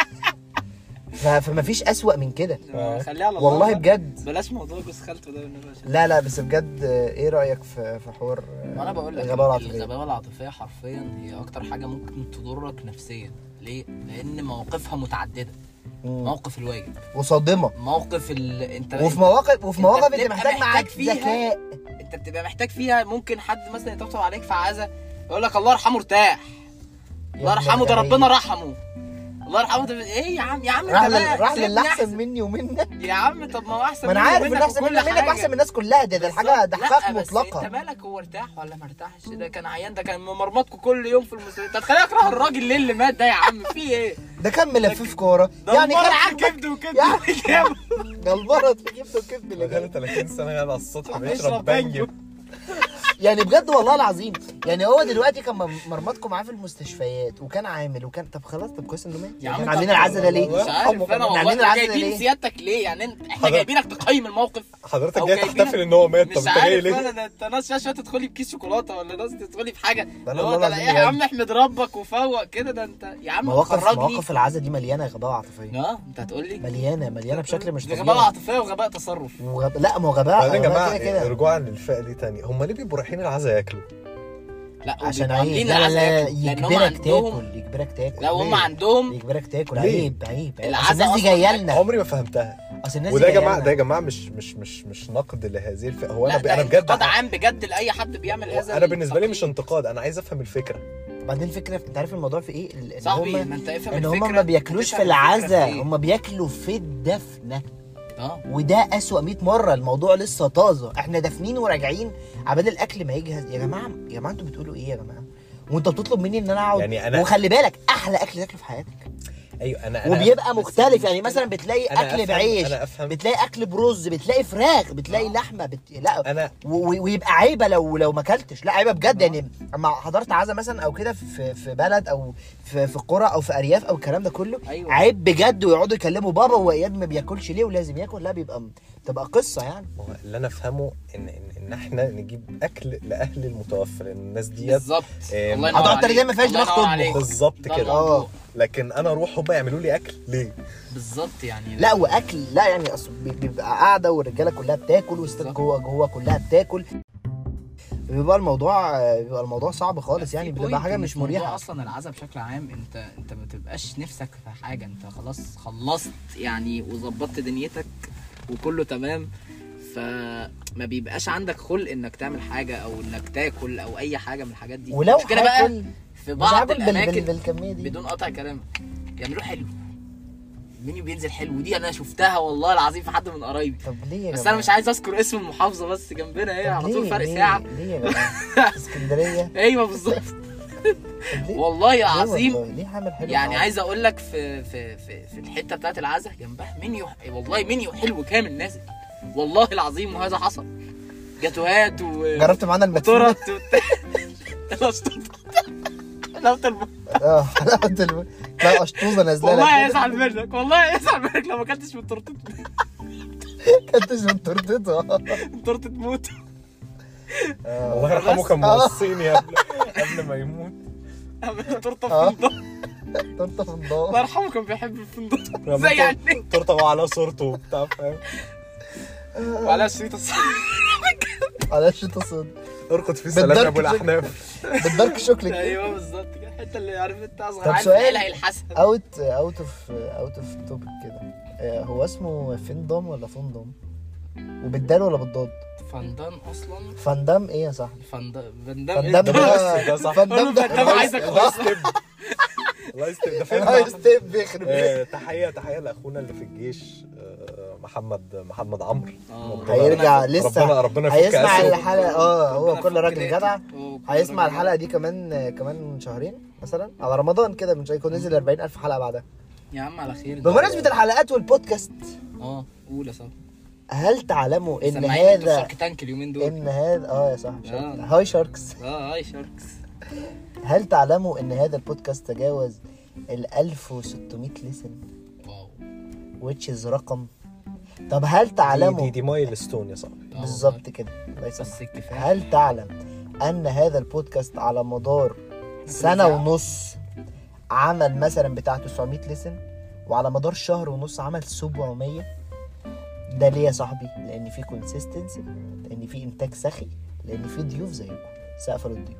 ف... فما فيش اسوأ من كده خليها على الله والله بقى. بجد. بلاش موضوع جوز خالته ده والنبي عشان- لا لا بس بجد آه، ايه رايك في في حوار آه، ما انا بقول لك الغباء العاطفي؟ الغباوه العاطفيه حرفيا هي اكتر حاجه ممكن تضرك نفسيا. ليه؟ لان مواقفها متعدده. مم. موقف الواجب، وصادمه موقف ال... انت وفي مواقف وفي مواقف انت بتبقى محتاج معاك فيها- ذكاء. انت بتبقى محتاج فيها. ممكن حد مثلا يطبطب عليك في عزا يقول لك الله يرحمه ارتاح، الله يرحمه ده ربنا رحمه، الله يرحمه ده ايه يا عم يا عم راح انت لل- بقى راح سيبني للي احسن أحسن. مني ومنك. يا عم طب ما هو احسن ما انا مني عارف ومنك ان احسن وكل مني ومنك حاجة. واحسن من الناس كلها. ده ده الحاجه ده لا، حاجه بس مطلقه. انت مالك هو ارتاح ولا ما ارتاحش؟ ده كان عيان، ده كان ممرمطكوا كل يوم في المستشفى. انت تخليك اكره الراجل ليه اللي مات ده يا عم؟ في ايه؟ ده كان ملفف كوره ده يعني كان مرض عاجبك كبد وكبد يعني. ده المرض في جبته وكبد اللي بقاله جاي. ثلاثين سنه قاعد على السطح بيشرب بيشرب بانجو. يعني بجد والله العظيم. يعني هو دلوقتي كان مرمطكم معاه في المستشفيات وكان عامل وكان طب خلاص طب كويس انه مات. يا عم احنا طب- عاملين العزا ده ليه؟ مش عارف انا احنا والله. عاملين احنا العزا ده جايبين ليه؟ سيادتك ليه؟ يعني انت احنا حضرتك- جايبينك تقيم الموقف. حضرتك أو جاي جايبينك- تحتفل ان هو مات. مش طب انت جاي عارف ليه؟ انا ده انت ناس شويه تدخلي بكيس شوكولاته ولا ناس تدخلي في حاجه لا اللي هو والله ده العظيم ايه يا بجد. عم احمد ربك وفوق كده. ده انت يا عم مواقف خرجني. مواقف العزا دي مليانه غباء عاطفيه. اه انت هتقول لي مليانه مليانه بشكل مش دي غباء طبيعي. عاطفيه وغباء تصرف. وغب... لا ما هو غباء بعدين يا غباء جماعه كده كده. رجوعا للفئه دي تاني، هم ليه بيبقوا رايحين العزا ياكلوا؟ لا عشان وبيبقوا عيب. عاملين لا لا العزا لا ياكلوا. لأن هم يجبرك عندهم- تاكل يجبرك تاكل. لا هم ليه؟ عندهم يجبرك تاكل. ليه؟ عيب عيب عيب. العزا عشان الناس دي أصلاً جايه لنا. عمري ما فهمتها. اصل الناس وده دي يا جايه جماعه ده يا لنا. جماعه مش مش مش مش نقد لهذه الفئه. هو لا انا ب- ده انا بجد انتقاد عام بجد لاي حد بيعمل هذا. انا بالنسبه لي مش التقييم. انتقاد، انا عايز افهم الفكره. بعدين الفكره انت عارف الموضوع في ايه؟ ال- ان صاحبي هم ما انت افهم ان الفكره. هم ما بياكلوش هتفهم في العزا الفكرة في إيه. هم بياكلوا في الدفنه. اه وده اسوأ مية مره. الموضوع لسه طازه احنا دافنين وراجعين عبال الاكل ما يجهز. يا جماعه يا جماعه انتوا بتقولوا ايه يا جماعه؟ وانت بتطلب مني ان انا اقعد يعني أنا- وخلي بالك احلى اكل تاكله في حياتك ايوه انا, أنا وبيبقى بس مختلف. يعني المشكلة- مثلا بتلاقي أنا اكل أفهم- بعيش أنا أفهم. بتلاقي اكل برز بتلاقي فراخ بتلاقي آه. لحمه بت... لا انا و- و- ويبقى عيبه لو لو ما اكلتش. لا عيبه بجد. يعني اما حضرت عزا مثلا او كده في في بلد او في في قرى او في ارياف او الكلام ده كله أيوة. عيب بجد. ويقعدوا يكلموا بابا واياد ما بياكلش ليه ولازم ياكل. لا بيبقى تبقى قصه يعني. ما هو اللي انا افهمه ان ان, إن احنا نجيب اكل لاهل المتوفى لان الناس ديت بالظبط. إيه، الله ينور هتقعد تاني عليك. دي ما فيهاش الله دماغ ينور تطبخ. عليك. بالظبط ده كده. الموضوع. اه لكن انا اروح هم يعملوا لي اكل ليه؟ بالظبط يعني. لا واكل لا يعني اصل بي- بيبقى قاعده والرجاله كلها بتاكل والستات بالظبط. جوه جوه كلها بتاكل. بيبقى الموضوع بيبقى الموضوع صعب خالص يعني. في بتبقى point حاجه إن مش في موضوع مريحه. اصلا العزا بشكل عام انت انت ما تبقاش نفسك في حاجه. انت خلاص خلصت يعني وظبطت دنيتك وكله تمام. فما بيبقاش عندك خلق انك تعمل حاجه او انك تاكل او اي حاجه من الحاجات دي. ولو المشكلة بقى هاكل في مش بعض هاكل بال- بال- الاماكن بالكميه دي. بدون قطع كلامك يعملوه حلو. المنيو بينزل حلو. ودي انا شفتها والله العظيم في حد من قرايبي. طب ليه يا بس جماعة؟ انا مش عايز اذكر اسم المحافظه بس جنبنا ايه طب على طول ليه- فرق ليه- ساعه. ليه يا جماعه؟ اسكندريه. ايوه بالظبط. طب ليه؟ والله ليه العظيم والله؟ ليه عامل حلو يعني معاك؟ عايز اقول لك في في في في الحته بتاعت العزا جنبها منيو، والله منيو حلو كامل نازل والله العظيم. وهذا حصل جاتوهات و جربت معانا المدفونه؟ تورت وبتاع. الأشطوطة. حلاوة الم- اه حلاوه الم... لا اشطوزه نازله والله لك. يزعل منك، والله يزعل منك لو ما اكلتش من تورته كنتش من تورتته. من تورته موت. الله يرحمه كان آه. موصيني قبل قبل ما يموت. تورته آه. فندق. تورته في الله الضوء. يرحمه كان بيحب الفندق زي يعني. تورته وعلى صورته وبتاع فاهم. وعلى شريط الص- على الشتا صد ارقد في سلام يا ابو بالدرك الاحناف. بالدارك شوكليت. ايوه بالظبط كده. الحته اللي عارف انت اصغر طب عيل سؤال. عيل هيلحسها. اوت اوت اوف اوت اوف توبيك كده. آه، هو اسمه فندم ولا فندم؟ وبالدال ولا بالضاد؟ فندان اصلا فندم ايه يا صاحبي؟ فندان فندان فندم إيه؟ ده ده صح. فندم ده فندم عايزك الله خلاص. يستب. الله يستب ده فيلم هاي أحمد. ستيب بيخرب بيت. آه، تحيه تحيه لاخونا اللي في الجيش آه، محمد محمد عمرو. آه. ربنا- هيرجع لسه ربنا ربنا يفك هيسمع أسره. الحلقه. اه هو ربنا كل يفك راجل دقيقته. جدع هو كل هيسمع راجل الحلقه دي كمان كمان شهرين مثلا على رمضان كده، مش هيكون نزل أربعين ألف حلقه بعدها. يا عم على خير. بمناسبه الحلقات والبودكاست، اه قول يا صاحبي. هل تعلموا ان سمعيني انتوا هذا شارك تانك اليومين دول. ان هذا اه يا صاحبي آه. شارك. هاي شاركس. اه هاي شاركس. هل تعلموا ان هذا البودكاست تجاوز ال ألف وستمية لسن واو. which is رقم. طب هل دي تعلموا دي, دي مايل ستون يا صاحبي. آه بالظبط كده الله بس يسامحك. اكتفاء. هل تعلم ان هذا البودكاست على مدار سنة ساعة؟ ونص عمل مثلا بتاع تسعمية لسن، وعلى مدار شهر ونص عمل سبعمية؟ ده ليه يا صاحبي؟ لان في كونسيستنسي، لان في انتاج سخي، لان في ضيوف زيكم. سقف للضيوف.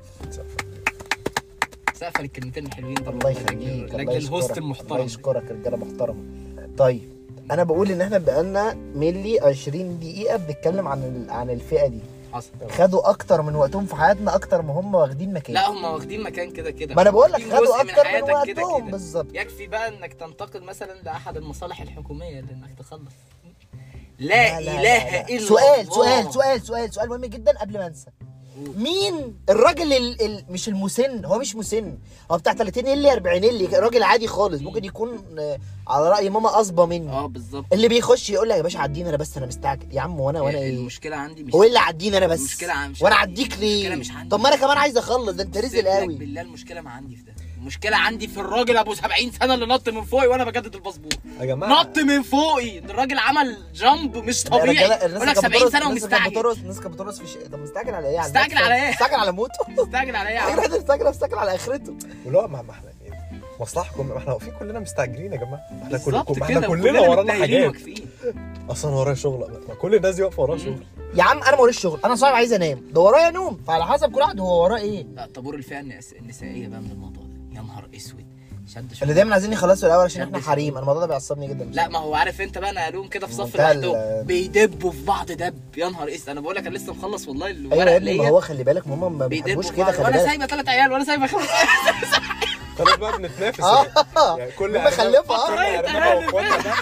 سقف الكلمتين الحلوين دول. الله يخليك. لاجل الله الهوست يشكرك. الله المحترم. يشكرك رجاله محترمه. طيب انا بقول ان احنا بقالنا ملي عشرين دقيقه بنتكلم عن ال- عن الفئه دي. حصل. خدوا اكتر من وقتهم في حياتنا، اكتر ما هم واخدين مكان. لا هم واخدين مكان كده كده. ما انا بقول لك واخدين خدوا جزء من اكتر من حياتك كده وقتهم كده. بالظبط. يكفي بقى انك تنتقل مثلا لاحد المصالح الحكوميه لانك تخلص. لا, اله الا سؤال الله. سؤال سؤال سؤال سؤال مهم جدا قبل ما انسى. مين الراجل ال... ال... مش المسن، هو مش مسن، هو بتاع تلاتين اللي أربعين اللي راجل عادي خالص، ممكن يكون آه، على راي ماما اصبى مني، اه بالظبط. اللي بيخش يقول لك يا باشا عديني انا بس انا مستعجل. يا عم وانا وانا ايه؟ المشكله عندي مش هو ايه اللي عديني انا بس؟ المشكلة عن- مش وانا عندي. اعديك ليه؟ المشكلة مش عندي. طب ما انا كمان عايز اخلص، ده انت رزق سيبك قوي. بالله المشكله ما عندي في ده. المشكله عندي في الراجل ابو سبعين سنه اللي نط من فوقي وانا بجدد الباسبور. يا جماعه نط من فوقي. الراجل عمل جامب مش طبيعي. يقول لك سبعين سنه ومستعجل. بترقص الناس كانت بترقص في شيء. طب مستعجل على ايه؟ على مستعجل الموت؟ على ايه؟ مستعجل على موته. مستعجل على ايه يا عم؟ الراجل مستعجل مستعجل على اخرته. ولا ما ما احنا يعني مصلحكم، ما احنا واقفين كلنا مستعجلين يا جماعه. احنا كل بالظبط ما احنا كده، كلنا وكلنا ورانا متنيلين حاجات. واقفين. اصلا ورايا شغل، ما كل الناس دي واقفه وراها شغل. يا عم انا موريش شغل، انا صاحب عايز انام، ده ورايا نوم، فعلى حسب كل واحد هو وراه ايه. لا طابور الفئه النس- النسائيه بقى من الموضوع ده. يا نهار اسود. شد شوية. اللي دايما عايزين يخلصوا الاول عشان شد احنا شوية. حريم. انا الموضوع ده بيعصبني جدا. لا ما هو عارف انت بقى نقلوهم كده في صف منتهى ال- لوحدهم بيدبوا في بعض دب. يا نهار اسود. انا بقول لك انا لسه مخلص والله ايوه الورق يا ابني، ما ليا. هو خلي بالك ماما ما بيدبوا بيحبوش في كده، بعض. خلي وانا بالك. سايبه ثلاث عيال وانا سايبه خمس خلاص بقى بنتنافس اه يعني كل مما خلفها كل اه أرنبة وأخواتها ده.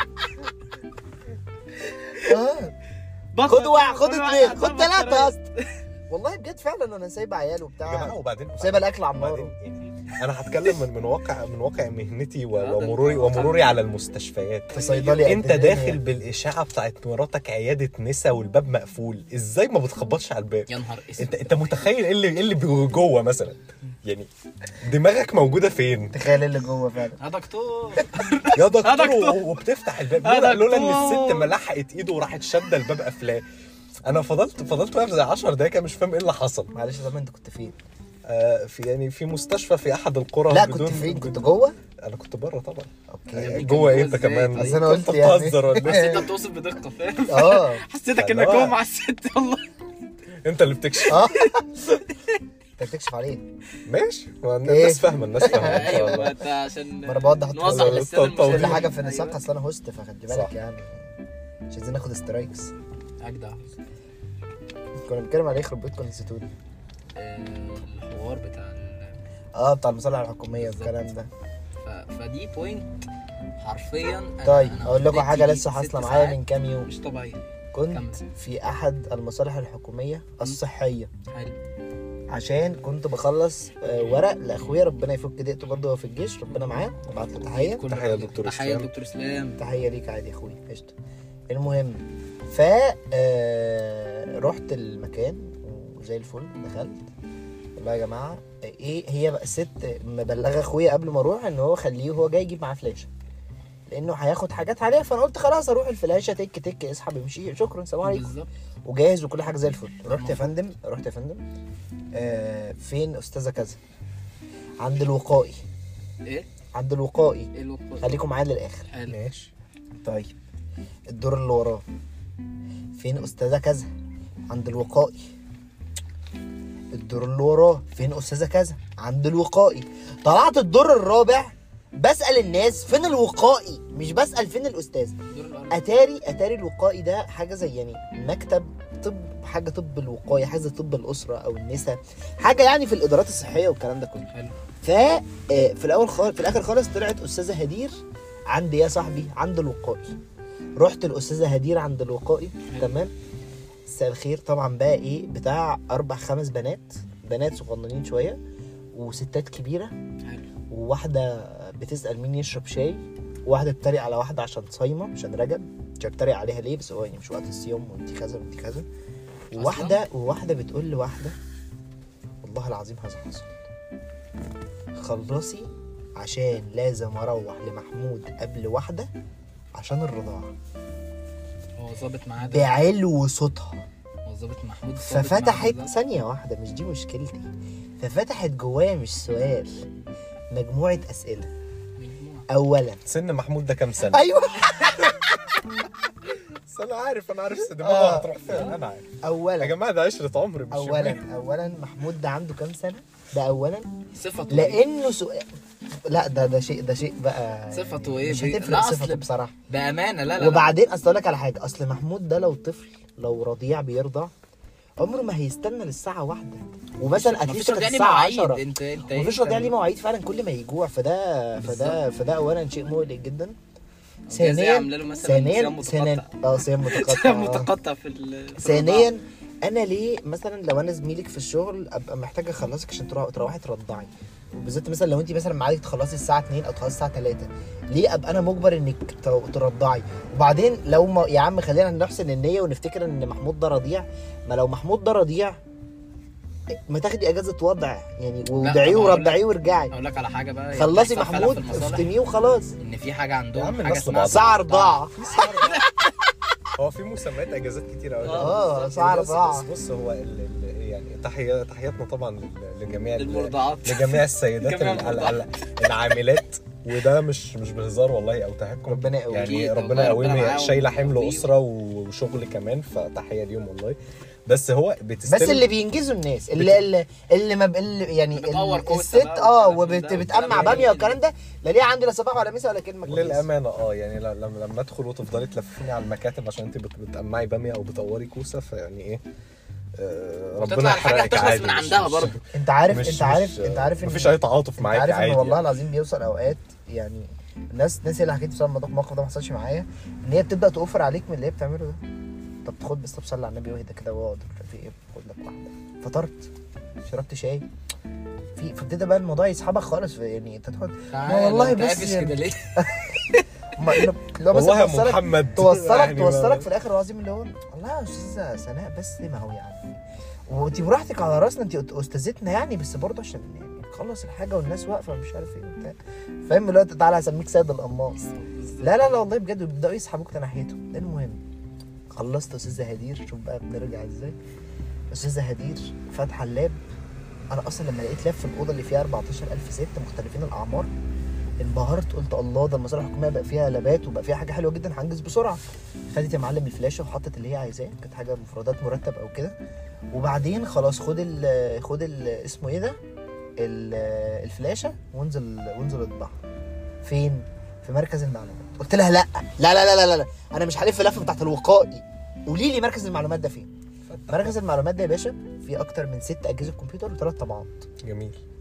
اه خد واحد خد كل اثنين واحد خد ضربة ثلاثة يا طريقة. اسطى. والله بجد فعلا انا سايبه عيال يا جماعه وبتاع، وبعدين سايبه الاكل على وبعدين النار. يعني انا هتكلم من من واقع من واقع مهنتي و- آه، ده ومروري أنت واقع. ومروري على المستشفيات. في صيدلي انت قد الدنيا. داخل بالاشاعه بتاعت مراتك عياده نسا والباب مقفول، ازاي ما بتخبطش على الباب؟ يا نهار اسود. انت انت متخيل ايه اللي ايه اللي جوه مثلا؟ يعني دماغك موجوده فين؟ تخيل اللي جوه فعلا. يا دكتور. يا دكتور دكتور. و- وبتفتح الباب يا لولا, لولا ان دكتور. الست ما لحقت ايده وراحت شاده الباب قافلاه. انا فضلت فضلت واقف زي عشر دقايق مش فاهم ايه اللي حصل. معلش يا زلمه انت كنت فين؟ آه في يعني في مستشفى في احد القرى. لا بدون- كنت فين؟ كنت بدون- جوه؟ انا كنت بره طبعا. اوكي. كان جوه ايه انت جوه ازاي؟ كمان؟ أصل أنا قلت انت يعني. بتهزر ولا بس إيه؟ انت بتوصف بدقه فاهم. اه حسيتك انك فاللي هو- جوه مع الست والله. انت اللي بتكشف. اه انت بتكشف عليه. ماشي، ما إيه؟ الناس فاهمه الناس فاهمه. ايوه ما انت عشان ما انا بوضح نوضح التفاصيل. للساده طب- طب- كل المشاهدين. حاجه في أيوة. نساق، اصل انا هوست فخلي صح. بالك يعني مش عايزين ناخد سترايكس. اجدع. كنا بنتكلم على ايه؟ يخرب بيتكم نسيتوني. آه، الحوار بتاع ال- اه بتاع المصالح الحكوميه والكلام ده. ف... فدي بوينت حرفيا أنا طيب أنا اقول لكم قضيت حاجه يجي لسه ست حاصله معايا ساعات من كام يوم. مش طبيعيه. كنت كمل. في احد المصالح الحكوميه الصحيه حلو. عشان كنت بخلص آه، ورق لاخويا ربنا يفك ضيقته برضه هو في الجيش ربنا معاه وبعت له تحيه. كل تحية حاجة. دكتور تحيه إسلام. دكتور اسلام. تحيه ليك عادي يا اخويا قشطه. المهم ف آه، رحت المكان وزي الفل دخلت والله يا جماعه ايه هي بقى الست مبلغه اخويا قبل ما اروح ان هو خليه هو جاي يجيب معاه فلاشه لانه هياخد حاجات عليها. فانا قلت خلاص اروح الفلاشه تك تك اسحب امشي شكرا سلام عليكم بالظبط. وجاهز وكل حاجه زي الفل. رحت يا فندم رحت يا فندم آه فين استاذه كذا؟ عند الوقائي. ايه عند الوقائي ايه الوقت؟ خليكم معايا للاخر. حلو. ماشي. طيب الدور اللي وراه فين استاذه كذا؟ عند الوقائي. الدور اللي وراه فين استاذه كذا؟ عند الوقائي. طلعت الدور الرابع بسال الناس فين الوقائي مش بسال فين الاستاذ. دور الأرض. اتاري اتاري الوقائي ده حاجه زي يعني مكتب طب حاجه طب الوقايه حاجه زي طب الاسره او النساء حاجه يعني في الادارات الصحيه والكلام ده كله. حلو. ف في الاول خالص في الاخر خالص طلعت استاذه هدير عندي يا صاحبي عند الوقائي. رحت الاستاذه هدير عند الوقائي. تمام. مساء الخير. طبعا بقى ايه بتاع اربع خمس بنات بنات صغننين شويه وستات كبيره حلو. وواحده بتسال مين يشرب شاي وواحده بتتريق على واحده عشان صايمه عشان رجب مش بتتريق عليها ليه بس هو يعني مش وقت الصيام وانت كذا وانت كذا. وواحده وواحده بتقول لواحده والله العظيم هذا حصل خلصي عشان لازم اروح لمحمود قبل واحده عشان الرضاعه. هو ظابط معاه ده. بعلو صوتها. هو ظابط محمود. ظابط معاه ففتحت ده. ثانيه واحده مش دي مشكلتي. ففتحت جوايا مش سؤال مجموعه اسئله. مجموعة. اولا سن محمود ده كام سنه؟ ايوه بس انا عارف انا عارف دماغه آه. هتروح فين. انا عارف يا اولا جماعه ده عشره عمر مش اولا يومين. اولا محمود ده عنده كام سنه؟ ده اولا صفته لانه سؤال لا ده ده شيء ده شيء بقى صفته ايه مش بي- هتفرق لا، صفته أصل بصراحه. بامانه لا لا وبعدين اصل اقول لك على حاجه اصل محمود ده لو طفل لو رضيع بيرضع عمره ما هيستنى للساعه واحده ومثلا اتليست كانت يعني الساعه مواعيد. عشرة. انت انت مفيش إيه؟ رضيع ليه مواعيد فعلا كل ما يجوع فده فده فده اولا شيء مقلق جدا. ثانيا ثانيا عامله له مثلا صيام ثانيا متقطع. ثانيا اه صيام متقطع صيام آه. متقطع في ال في ثانيا انا ليه مثلا لو انا زميلك في الشغل ابقى محتاج اخلصك عشان تروح تروحي ترضعي وبالذات مثلا لو انت مثلا معاك تخلصي الساعه اتنين او تخلصي الساعه تلاتة ليه ابقى انا مجبر انك ت- ترضعي. وبعدين لو ما يا عم خلينا نحسن النيه ونفتكر ان محمود ده رضيع. ما لو محمود ده رضيع ما تاخدي اجازه وضع يعني وادعيه طب هقول ورضعيه وارجعي اقول لك على حاجه بقى خلصي بتحصل فعلا محمود في المصالح. افتميه وخلاص. ان في حاجه يا عندهم عم حاجه الناس اسمها لبعض. ساعه رضاعه. هو في مسميات اجازات كتير قوي. اه ساعه بص رضاعه. بص, بص هو ال ال يعني تحية تحياتنا طبعا لل- لجميع ال- للمرضعات. لجميع السيدات جميع ال- ال- المرضعات. ال- العاملات وده مش مش بهزار والله او تهكم. ربنا يقويك. يعني أكيد، ربنا والله ربنا يقويهم معاهم شايله حمل ويقويهم. اسره وشغل كمان فتحيه ليهم والله. بس هو بتستلم بس اللي بينجزوا الناس اللي اللي, اللي ما ب- اللي يعني بتطور ال- كوسة الست بقى اه والكلام ده وبتأمع والكلام باميه ده. والكلام ده لا ليه عندي لا صباح ولا مسا ولا كلمه كويسه. للامانه اه يعني ل- لما لما ادخل وتفضلي تلففيني على المكاتب عشان انت بت- بتقمعي باميه او بتطوري كوسه فيعني ايه آه ربنا وتطلع الحاجة يحرقك هتخلص عادي. من مش- عندها مش- برضه. انت عارف مش انت عارف مش انت عارف مفيش اي تعاطف انت معاك عارف ان عادي والله يعني. العظيم بيوصل اوقات يعني الناس الناس هي اللي حكيت بسبب الموضوع الموقف ده ما حصلش معايا ان هي بتبدا توفر عليك من اللي هي بتعمله ده. طب خد بس طب صلي على النبي واهدى كده واقعد في ايه خد لك واحده فطرت شربت شاي في فبتبدا بقى الموضوع يسحبك خالص يعني انت تقعد ما والله بس كده يعني ليه؟ ما لو والله يا توصلك محمد توصلك يعني توصلك ما- في الاخر العظيم اللي هو والله يا استاذه سناء بس ما هو يعني وانت براحتك على راسنا انت استاذتنا يعني بس برضه عشان يعني نخلص الحاجه والناس واقفه مش عارف ايه وبتاع فاهم دلوقتي تعالى هسميك سيد القماص. لا لا لا والله بجد بيبداوا يسحبوك ناحيته. المهم خلصت استاذه هدير شوف بقى بنرجع ازاي. استاذه هدير فاتحه اللاب. انا اصلا لما لقيت لاب في الاوضه اللي فيها اربعتاشر الف ست مختلفين الاعمار انبهرت قلت الله ده المصالح الحكوميه بقى فيها لابات وبقى فيها حاجه حلوه جدا هنجز بسرعه. خدت يا معلم الفلاشه وحطت اللي هي عايزاه كانت حاجه مفردات مرتب او كده. وبعدين خلاص خد ال خد ال اسمه ايه ده ال- الفلاشه وانزل وانزل اطبع. فين؟ في مركز المعلومات. قلت لها لا لا لا لا لا, لا. انا مش هلف اللفه بتاعت الوقائي قولي لي مركز المعلومات ده فين. مركز المعلومات ده يا باشا فيه اكتر من ست اجهزه كمبيوتر وثلاث طبعات. جميل.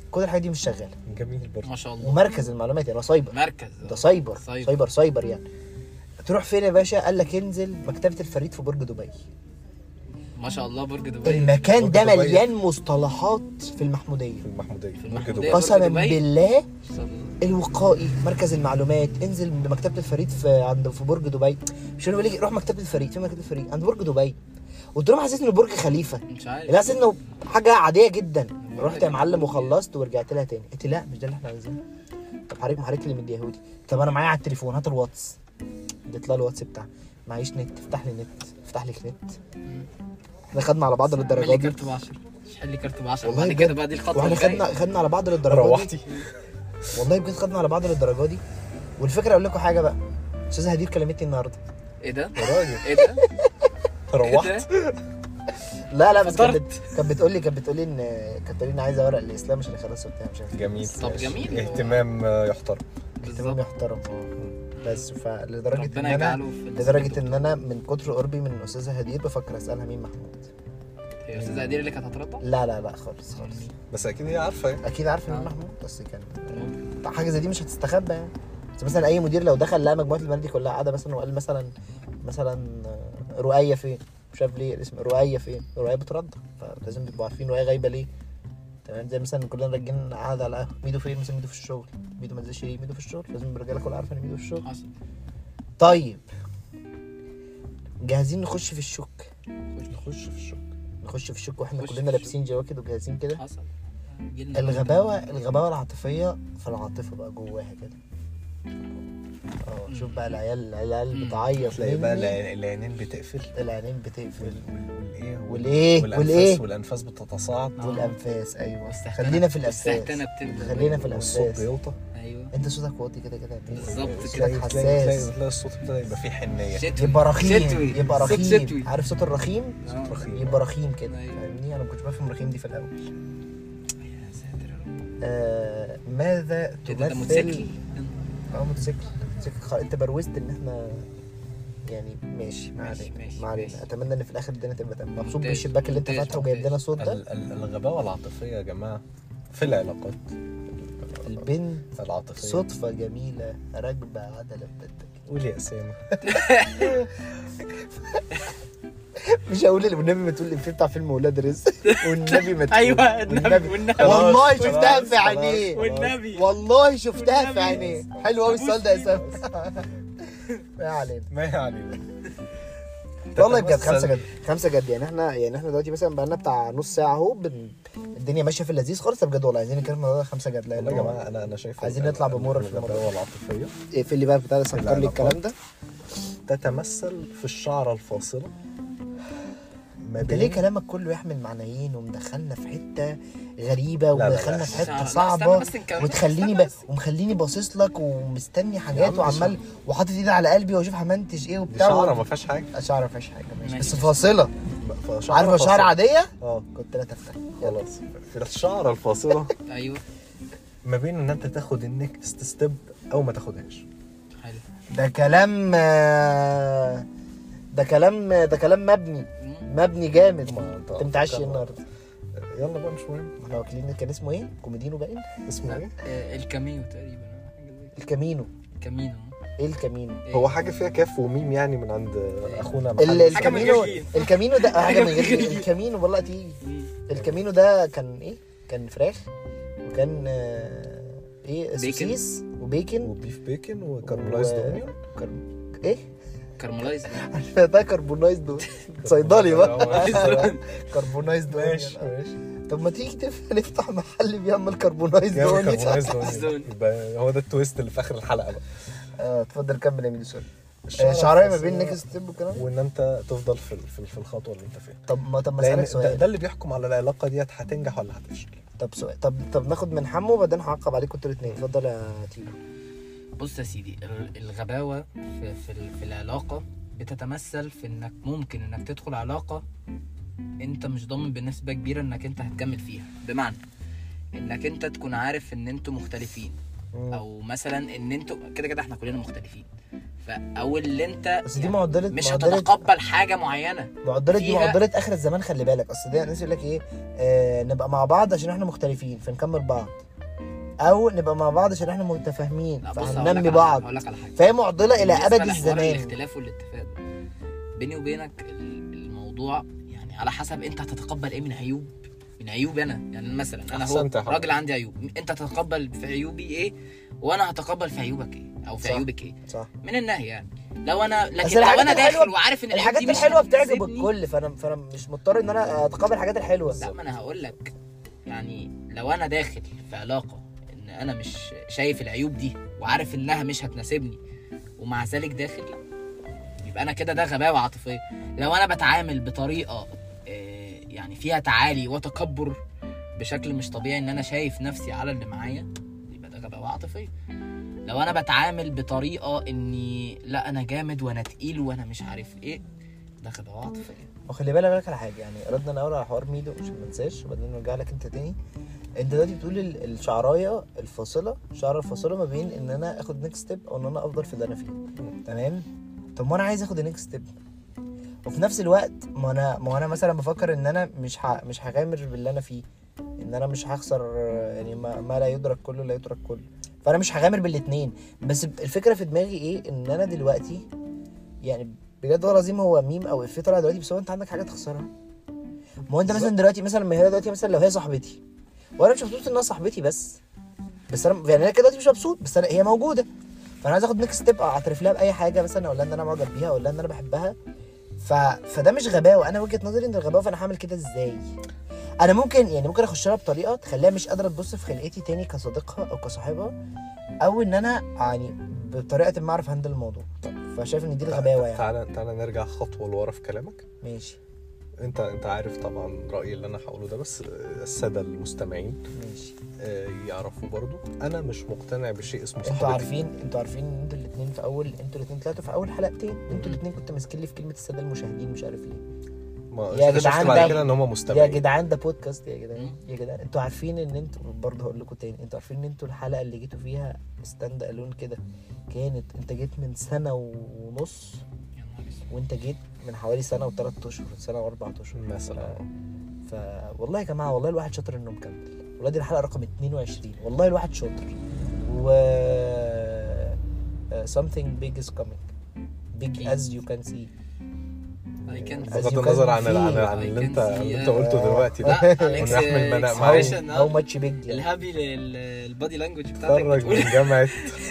كل الحاجات دي مش شغاله. جميل برضه. ما شاء الله. ومركز المعلومات يعني سايبر، مركز ده سايبر سايبر. سايبر سايبر يعني. تروح فين يا باشا؟ قال لك انزل مكتبه الفريد في برج دبي. ما شاء الله. برج دبي. المكان ده برج دبي. مليان مصطلحات في المحموديه. في المحموديه. في برج المحمودية. دبي. قسما دبي. بالله صل- الوقائي مركز المعلومات. انزل مكتبه الفريد في عند في برج دبي. مش انا بقول لك روح مكتبه الفريد، في مكتبه الفريد عند برج دبي. قلت لهم حسيت انه برج خليفه، مش عارف. لا حسيت انه حاجه عاديه جدا. رحت يا معلم وخلصت ورجعت لها تاني. قلت لا مش ده اللي احنا عايزينه. طب حضرتك ما حضرتك اللي مديها لي. طب انا معايا على التليفون، هات الواتس. اديت لها الواتس بتاعها. معيش نت، افتح لي نت، افتح لك نت. احنا خدنا على بعض حل لي للدرجه دي كارت ب عشرة. حل لي كارت ب عشرة. والله بعد بجد. كده بقى دي الخطوه واحنا الجايه. خدنا خدنا على بعض للدرجه دي. روحتي. والله بجد خدنا على بعض للدرجه دي. والفكره اقول لكم حاجه بقى، استاذه هدير كلمتني النهارده. ايه ده؟ يا راجل ايه ده؟ روحت. إيه ده؟ لا لا بس كانت فطرت. بت- كانت بتقول لي كانت بتقول لي ان كانت بتقول لي ان عايزه ورق الاسلام عشان خلاص وبتاع مش عارف. جميل. طب جميل. اهتمام آه، يحترم. اهتمام بالظبط. يحترم. اه بس فلدرجه ان ربنا انا يجعله في لدرجه ان انا من كتر قربي من الاستاذه هدير بفكر اسالها مين محمود. هي استاذه هدير اللي كانت هترضى. لا لا لا خالص خالص. بس اكيد هي عارفه يعني. اكيد عارفه مين آه. محمود بس كان حاجه زي دي مش هتستخبى يعني. بس مثلا اي مدير لو دخل لقى مجموعه البنات دي كلها قاعده مثلا وقال مثلا مثلا آه، رؤيه فين؟ مش عارف ليه الاسم رؤيه فين؟ رؤيه بترضى، فلازم تبقوا عارفين رؤيه غايبه ليه. تمام. زي مثلا كلنا راجعين قاعده على قهوه، ميدو فين؟ مثلا ميدو في الشغل. ميدو ما نزلش ليه؟ ميدو في الشغل. لازم الرجاله كلها عارفه ان ميدو في الشغل. حصل. طيب جاهزين نخش في الشك؟ نخش في الشك. نخش في الشك واحنا نخش كلنا في لابسين جواكت وجاهزين كده. حصل. جيلنا. الغباوه الغباوه العاطفيه في العاطفه بقى جواها كده. اه شوف بقى العيال العيال مم. بتعيط تلاقي بقى مني. الع- العينين بتقفل. العينين بتقفل والايه والايه والانفاس والايه والانفاس بتتصاعد. آه. والانفاس. ايوه والسهتانة- خلينا في الانفاس. والسهتانة بتبدأ. خلينا في والصوت الانفاس. بيوطى. ايوه. انت صوتك واطي كده كده. بالظبط صوتك كده. تلاقي حساس. تلاقي تلاقي الصوت ابتدى يبقى فيه حنيه. شتوي. يبقى رخيم شتوي. يبقى صوت رخيم. شتوي. عارف صوت الرخيم؟ آه. رخيم. يبقى رخيم كده. أيوة. فاهمني؟ انا ما كنتش بفهم الرخيم دي في الاول. يا ساتر يا رب. آه ماذا إيه ده؟ ده تمثل؟ موتوسيكل. اه موتوسيكل. موتوسيكل خ... انت بروزت ان احنا يعني ماشي ما ماشي، علينا ماشي، ما علينا. ماشي. اتمنى ان في الاخر الدنيا تبقى تمام. مبسوط ممتاز، بالشباك اللي انت ممتاز، فاتحه وجايب لنا ممتاز. الصوت ده. ال- ال- الغباوه العاطفيه يا جماعه في العلاقات البنت العاطفيه. صدفة جميلة راكبة عدلة بنتك. قول يا اسامه. مش هقول اللي والنبي ما تقول الإفيه بتاع فيلم ولاد رزق. والنبي ما تقول. ايوه النبي والنبي. والله خلاص، شفتها خلاص، في عينيه. خلاص. والنبي. والله شفتها في والنبي. عينيه. حلو قوي السؤال ده يا اسامه. ما علينا. ما يعني والله بجد تتمثل- خمسه جد خمسه جد يعني احنا يعني احنا دلوقتي مثلا بقالنا بتاع نص ساعه اهو بن... الدنيا ماشيه في اللذيذ خالص. طب بجد والله عايزين نتكلم الموضوع ده خمسه جد. لا والله يا لا جماعه انا انا شايف عايزين ال- نطلع ال- بمورال في الموضوع. الغباوه العاطفيه ايه في اللي بقى بتاع سكر لي العلاقات. الكلام ده. تتمثل في الشعره الفاصله ما انت ليه كلامك كله يحمل معنيين ومدخلنا في حته غريبه لا، لا، ومدخلنا لا. في حته لا، صعبه استنى بس نكمل. وتخليني استنى ب... بس. ومخليني باصص لك ومستني حاجات عم وعمال وحاطط ايدي على قلبي واشوف همنتج ايه وبتاع شعره ما فيهاش حاجه. شعر ما فيهاش حاجه ماشي ماشي. بس فاصله. فشعرة عارفه شعر فاصلة. عاديه اه كنت لا تفتح. خلاص في الشعره الفاصله ايوه. ما بين ان انت تاخد النكست ستيب او ما تاخدهاش. حلو. ده كلام آه، ده كلام ده كلام مبني مبني جامد. ما انت انت متعشي كان- النهارده. يلا بقى مش مهم احنا واكلين كان اسمه ايه؟ كوميدينو باين. اسمه ايه. آه، الكاميو تقريبا حاجة زي كده. الكامينو. الكامينو. ايه الكامينو؟ إيه؟ هو حاجه فيها كاف وميم يعني من عند اخونا ال- محمد. حاجة من الكامينو غير جيم. الكامينو ده حاجه من حاجة من غير غير جيم. الكامينو والله تيجي. مم. الكامينو ده كان ايه؟ كان فراخ وكان آه، ايه بيكن. سوسيس وبيكن وبيف بيكن وكارملايزد و- اونيون. كر... ايه؟ كارملايز. عارف ده كربونايزد صيدلي بقى. ماشي كربونايزد ماشي أونيون. ماشي. طب ما تيجي تف- نفتح محل بيعمل كربونايزد جاوب أونيون. كارملايزد أونيون. اونيون. يبقى هو ده التويست اللي في اخر الحلقه بقى. اه اتفضل كمل يا ميدو سوري. الشعرة شعرايه ما الفاصلة بين نيكست ستيب والكلام. وان انت تفضل في في في الخطوه اللي انت فيها. طب ما طب ما لان اسالك ده, سؤال. ده اللي بيحكم على العلاقه ديت هتنجح ولا هتفشل. طب سؤال طب طب ناخد من حمو وبعدين هعقب عليكم انتوا الاثنين. اتفضل يا تيجو. بص يا سيدي ال- الغباوة في, في, ال- في العلاقة بتتمثل في انك ممكن انك تدخل علاقة انت مش ضامن بنسبة كبيرة انك انت هتكمل فيها. بمعنى انك انت تكون عارف ان انتوا مختلفين او مثلا ان انتوا كده كده احنا كلنا مختلفين او اللي انت بس دي معضله مش معضلة هتتقبل حاجه معينه معضله دي فيها- معضله اخر الزمان. خلي بالك اصل ده الناس يقول لك ايه، آه نبقى مع بعض عشان احنا مختلفين فنكمل بعض، او نبقى مع بعض عشان احنا متفاهمين لا بص هقول لك فهننمي على- بعض. هقول لك على حاجه فهي معضله الى بالنسبة ابد لحوار الزمان. الاختلاف والاتفاق ده، بيني وبينك ال- الموضوع يعني على حسب انت هتتقبل ايه من عيوب من عيوبي انا. يعني مثلا انا هو أحسنت يا حبيبي. راجل عندي عيوب، انت تتقبل في عيوبي ايه وانا هتقبل في عيوبك ايه او في صح. عيوبك ايه صح. من النهي يعني. لو انا بس لكن لو الحاجات انا داخل الحلوة- وعارف ان العيوب الحاجات دي مش الحلوه بتعجب هتناسبني- الكل، فانا فانا مش مضطر ان انا اتقبل الحاجات الحلوه. لا ما انا هقول لك يعني لو انا داخل في علاقه ان انا مش شايف العيوب دي وعارف انها مش هتناسبني ومع ذلك داخل، لا يبقى انا كده ده غباوه عاطفيه. لو انا بتعامل بطريقه آه، يعني فيها تعالي وتكبر بشكل مش طبيعي ان انا شايف نفسي على اللي معايا، يبقى ده غباوه عاطفيه. لو انا بتعامل بطريقه اني لا انا جامد وانا تقيل وانا مش عارف ايه، ده غباوه عاطفيه. وخلي بالك بالك على حاجه، يعني ردنا الاول على حوار ميدو عشان ما ننساش وبعدين نرجع لك انت تاني. انت دلوقتي بتقول ال- الشعرايه الفاصله الشعره الفاصله ما بين ان انا اخد نيكست ستيب او ان انا افضل في اللي انا فيه. تمام. طب ما انا عايز اخد النيكست ستيب وفي نفس الوقت ما انا ما انا مثلا بفكر ان انا مش ه... مش هغامر باللي انا فيه، ان انا مش هخسر يعني ما, ما لا يدرك كله لا يترك كله، فانا مش هغامر بالاثنين. بس الفكره في دماغي ايه، ان انا دلوقتي يعني بجد والله العظيم هو ميم او افيه طالع دلوقتي، بس هو انت عندك حاجه تخسرها. ما هو انت مثلا دلوقتي مثلا ما هي دلوقتي مثلا لو هي صاحبتي وانا مش مبسوط انها صاحبتي، بس بس انا يعني انا كده دلوقتي مش مبسوط، بس أنا هي موجوده، فانا عايز اخد نيكست ستيب اعترف لها باي حاجه مثلا، اقول لها ان انا معجب بيها، اقول لها ان انا بحبها. ف... فده مش غباوه، انا وجهه نظري ان الغباوه، فانا هعمل كده ازاي؟ انا ممكن يعني ممكن اخش لها بطريقه تخليها مش قادره تبص في خلقتي تاني كصديقها او كصاحبها، او ان انا يعني بطريقه ما اعرف هندل الموضوع. فشايف ان دي الغباوه يعني. تعالى تعالى نرجع خطوه لورا في كلامك. ماشي انت انت عارف طبعا رايي اللي انا هقوله ده، بس الساده المستمعين ماشي. آه، يعرفوا برضو انا مش مقتنع بشيء اسمه صاحبتي. انتوا عارفين انتوا عارفين ان انتوا الاثنين في اول انتوا الاثنين طلعتوا في اول حلقتين، انتوا الاثنين كنتوا ماسكين لي في كلمه الساده المشاهدين مش عارف ليه. ما يا شفت جدعان بعد ده- كده ان هم يا مستمعين. جدعان ده بودكاست يا جدعان يا جدعان انتوا عارفين ان انتوا برضه هقول لكم تاني، انتوا عارفين ان انتوا الحلقه اللي جيتوا فيها ستاند الون كده كانت انت جيت من سنه ونص يا نهار اسود. وانت جيت من حوالي سنه وثلاث اشهر سنه واربع اشهر مثلا. ف والله يا جماعه والله الواحد شاطر انه مكمل. والله دي الحلقه رقم اتنين وعشرين، والله الواحد شاطر. و uh, something big is coming big as you can see. I can- As بغض you النظر can عن feel. عن عن I اللي can انت see, اللي انت uh, قلته دلوقتي ده لا أليكس ونحمل بناء معاه. expression، how much big الهابي للبادي لانجوج بتاعتك خرج بتقول من جامعه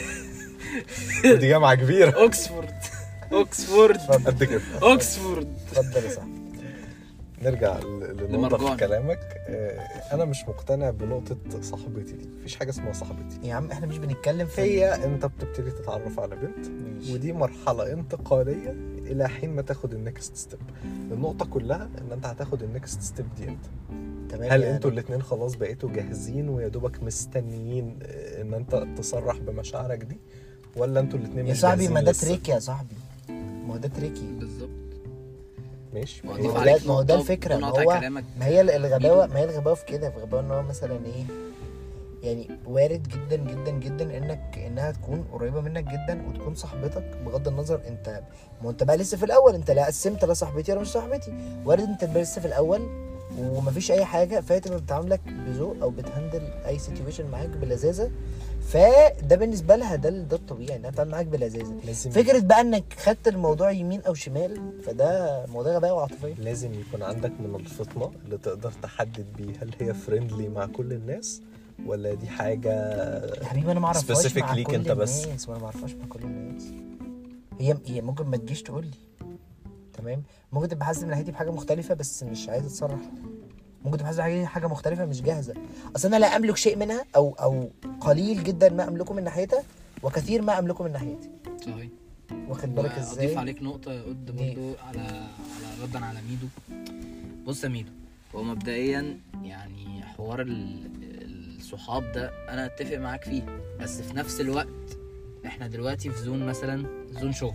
دي جامعه كبيره اوكسفورد اوكسفورد قد كده. اوكسفورد. اتفضل يا صاحبي. نرجع ل- لنقطه لمرجان. في كلامك. آه، انا مش مقتنع بنقطه صاحبتي دي. مفيش حاجه اسمها صاحبتي. يا عم احنا مش بنتكلم في هي انت بتبتدي تتعرف على بنت ماشي. ودي مرحله انتقاليه الى حين ما تاخد النكست ستيب. النقطه كلها ان انت هتاخد النكست ستيب دي انت. تمام. هل يعني انتوا الاثنين خلاص بقيتوا جاهزين ويا دوبك مستنيين آه، ان انت تصرح بمشاعرك دي، ولا انتوا الاثنين يا مش صاحبي جاهزين ما ده لسه؟ تريك يا صاحبي، ما هو ده تريكي. بالظبط. ماشي. ما وأضيف ما هو هي- عليك ده- ما هو ده نقطة الفكرة، بدون ما قطع هو- كلامك. ما هي الغباوه ما هي الغباوه في كده، في الغباوه ان هو مثلا ايه، يعني وارد جدا جدا جدا انك انها تكون قريبه منك جدا وتكون صاحبتك بغض النظر انت، ما انت بقى لسه في الاول، انت لا قسمت لا صاحبتي ولا مش صاحبتي، وارد انت تبقى لسه في الاول ومفيش اي حاجه، فهي تبقى بتعاملك بذوق او بتهندل اي سيتويشن معاك بلذاذه، فده بالنسبه لها ده ده الطبيعي انها تتعامل معاك بلذاذه. لازم فكره بقى انك خدت الموضوع يمين او شمال، فده موضوع غباوه عاطفيه. لازم يكون عندك من الفطنة اللي تقدر تحدد بيه هل هي فريندلي مع كل الناس ولا دي حاجة يا حبيبي انا ما اعرفهاش specific مع ليك كل انت بس. الناس، وانا ما اعرفهاش مع كل الناس. هي هي ممكن ما تجيش تقول لي تمام، ممكن تبقى حاسه من ناحيتي بحاجه مختلفه بس مش عايزه تصرح، ممكن تبقى حاسه حاجه حاجه مختلفه مش جاهزه. اصل انا لا املك شيء منها او او قليل جدا ما املكه من ناحيتها وكثير ما املكه من ناحيتي. صحيح. واخد بالك اضيف ازاي؟ عليك نقطه قد برضو على على ردا على ميدو. بص يا ميدو، هو مبدئيا يعني حوار ال- الصحاب ده انا اتفق معاك فيه، بس في نفس الوقت احنا دلوقتي في زون مثلا زون شغل،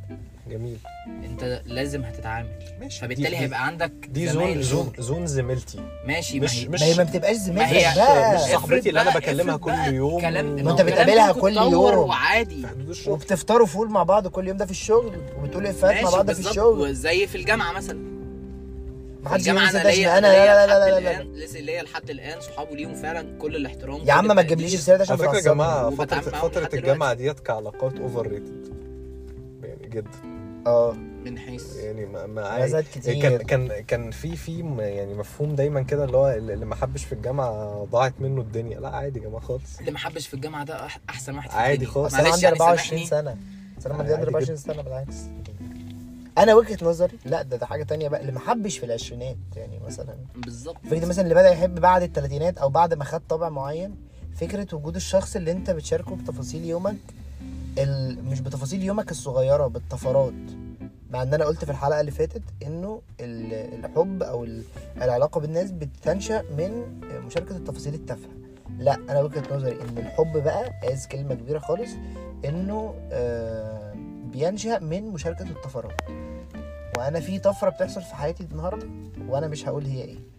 جميل. انت لازم هتتعامل، ماشي. فبالتالي دي- هيبقى عندك دي زمايل زون شغل. زون زون زميلتي. ماشي. مش ما مش ما هي ما بتبقاش ما زميلتك هي بقى مش صاحبتي اللي انا افرض بكلمها بقى- كل افرض يوم كلام و- إنه ما انت كلام بتقابلها بينكم كل اتطور يوم. وعادي. في حدود الشغل. وبتفطروا فول مع بعض كل يوم ده في الشغل، وبتقولوا افيهات مع ماشي بعض في بالظبط. الشغل. وزي في الجامعه مثلا، ما حدش الجامعه ينسى انا ده ليا انا انا لا لا ليا لا لحد لا لا الان لسه ليا لحد الان صحابي ليهم فعلا كل الاحترام. يا عم كل ما التقدير. تجيبليش السيره ده عشان على فكره يا بتعصبني. جماعه وبتعامل فتره معاهم فتره لحد الجامعه ديت كعلاقات اوفر ريتد يعني جدا. اه من حيث يعني ما ما مزاد كتير. كان كان كان في في م- يعني مفهوم دايما كده اللي هو اللي ما حبش في الجامعه ضاعت منه الدنيا. لا عادي يا جماعه خالص. اللي ما حبش في الجامعه ده أح- احسن واحد في عادي الدنيا. خالص. بس انا معلش عندي يعني اربعة وعشرين سامحني. سنه. بس انا عندي عادي اربعة وعشرين سنه بالعكس. انا وجهه نظري لا ده ده حاجه تانية بقى. اللي ما حبش في العشرينات يعني مثلا بالظبط. فكره مثلا اللي بدا يحب بعد الثلاثينات او بعد ما خد طابع معين، فكره وجود الشخص اللي انت بتشاركه بتفاصيل يومك ال... مش بتفاصيل يومك الصغيره، بالطفرات. مع ان انا قلت في الحلقه اللي فاتت انه ال- الحب او ال- العلاقه بالناس بتنشا من مشاركه التفاصيل التافهه. لا انا وجهه نظري ان الحب بقى عايز كلمه كبيره خالص، انه آه بينشا من مشاركه الطفرات. وانا في طفره بتحصل في حياتي النهارده وانا مش هقول هي ايه.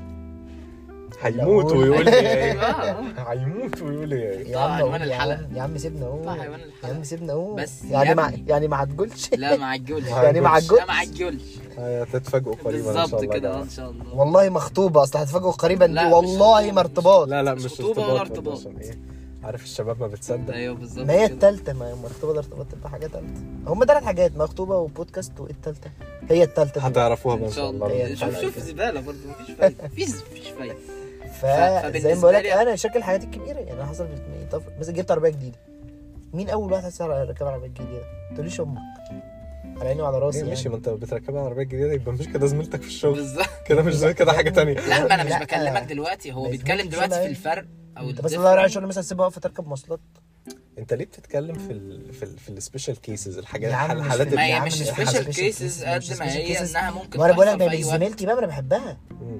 هيموت أقول- ويقول لي ايه. أيوة. هيموت ويقول لي ايه. يا عم عنوان قول يا الحلقة. عم يا عم سيبنا اقول. طه عنوان يا الحلقة. عم سيبنا اقول. بس يعني يا ما ابني. يعني ما هتقولش. لا ما عجولش. يعني ما عجولش. لا ما عجولش. هتتفاجئوا قريبا ان شاء بالظبط الله يا كده جماعة. ان شاء الله. والله مخطوبه اصل هتفاجئوا قريبا دي لا، مش والله خطوبة. ما ارتباط. لا لا مش مش خطوبة ولا ارتباط ارتباط. عشان ايه؟ عارف الشباب ما بتصدق. ايوه بالظبط ما هي كده. التالتة، ما هي مخطوبة ده ارتباط تبقى حاجة تالتة. هم ثلاث حاجات، مخطوبة وبودكاست وايه التالتة؟ هي التالتة دي. هتعرفوها بقى ان شاء الله. هي شوف الحلقة شوف دي. زباله برضه مفيش فايده. مفيش مفيش فايده. فزي فبالنسبة ما بقول لك لي- انا شكل حياتي الكبيرة يعني انا حصل في طف... مثلا جبت عربية جديدة. مين اول واحد هيسأل على ركاب عربية جديدة؟ ما تقوليش امك. على عيني وعلى راسي ايه ماشي، يعني. ما انت بتركبها عربيه جديده يبقى مش كده زميلتك في الشغل بالظبط. كده، مش زي كده حاجه تانية. لا ما انا مش لا. بكلمك دلوقتي، هو ما بيتكلم يسمعش دلوقتي ولا في أي. الفرق او انت بس الدفرق. الله يرعى شغل مثلا سيبها واقفة تركب مواصلات. انت ليه بتتكلم في ال في ال في السبيشال كيسز الحاجات يا عم مش الحالات في- ما يا هي عم مش مش سبيشال special كيسز cases، قد مش ما special هي cases. انها ممكن وانا بقول لك تحصل ده في مش اي وقت. زميلتي بقى ما انا بحبها.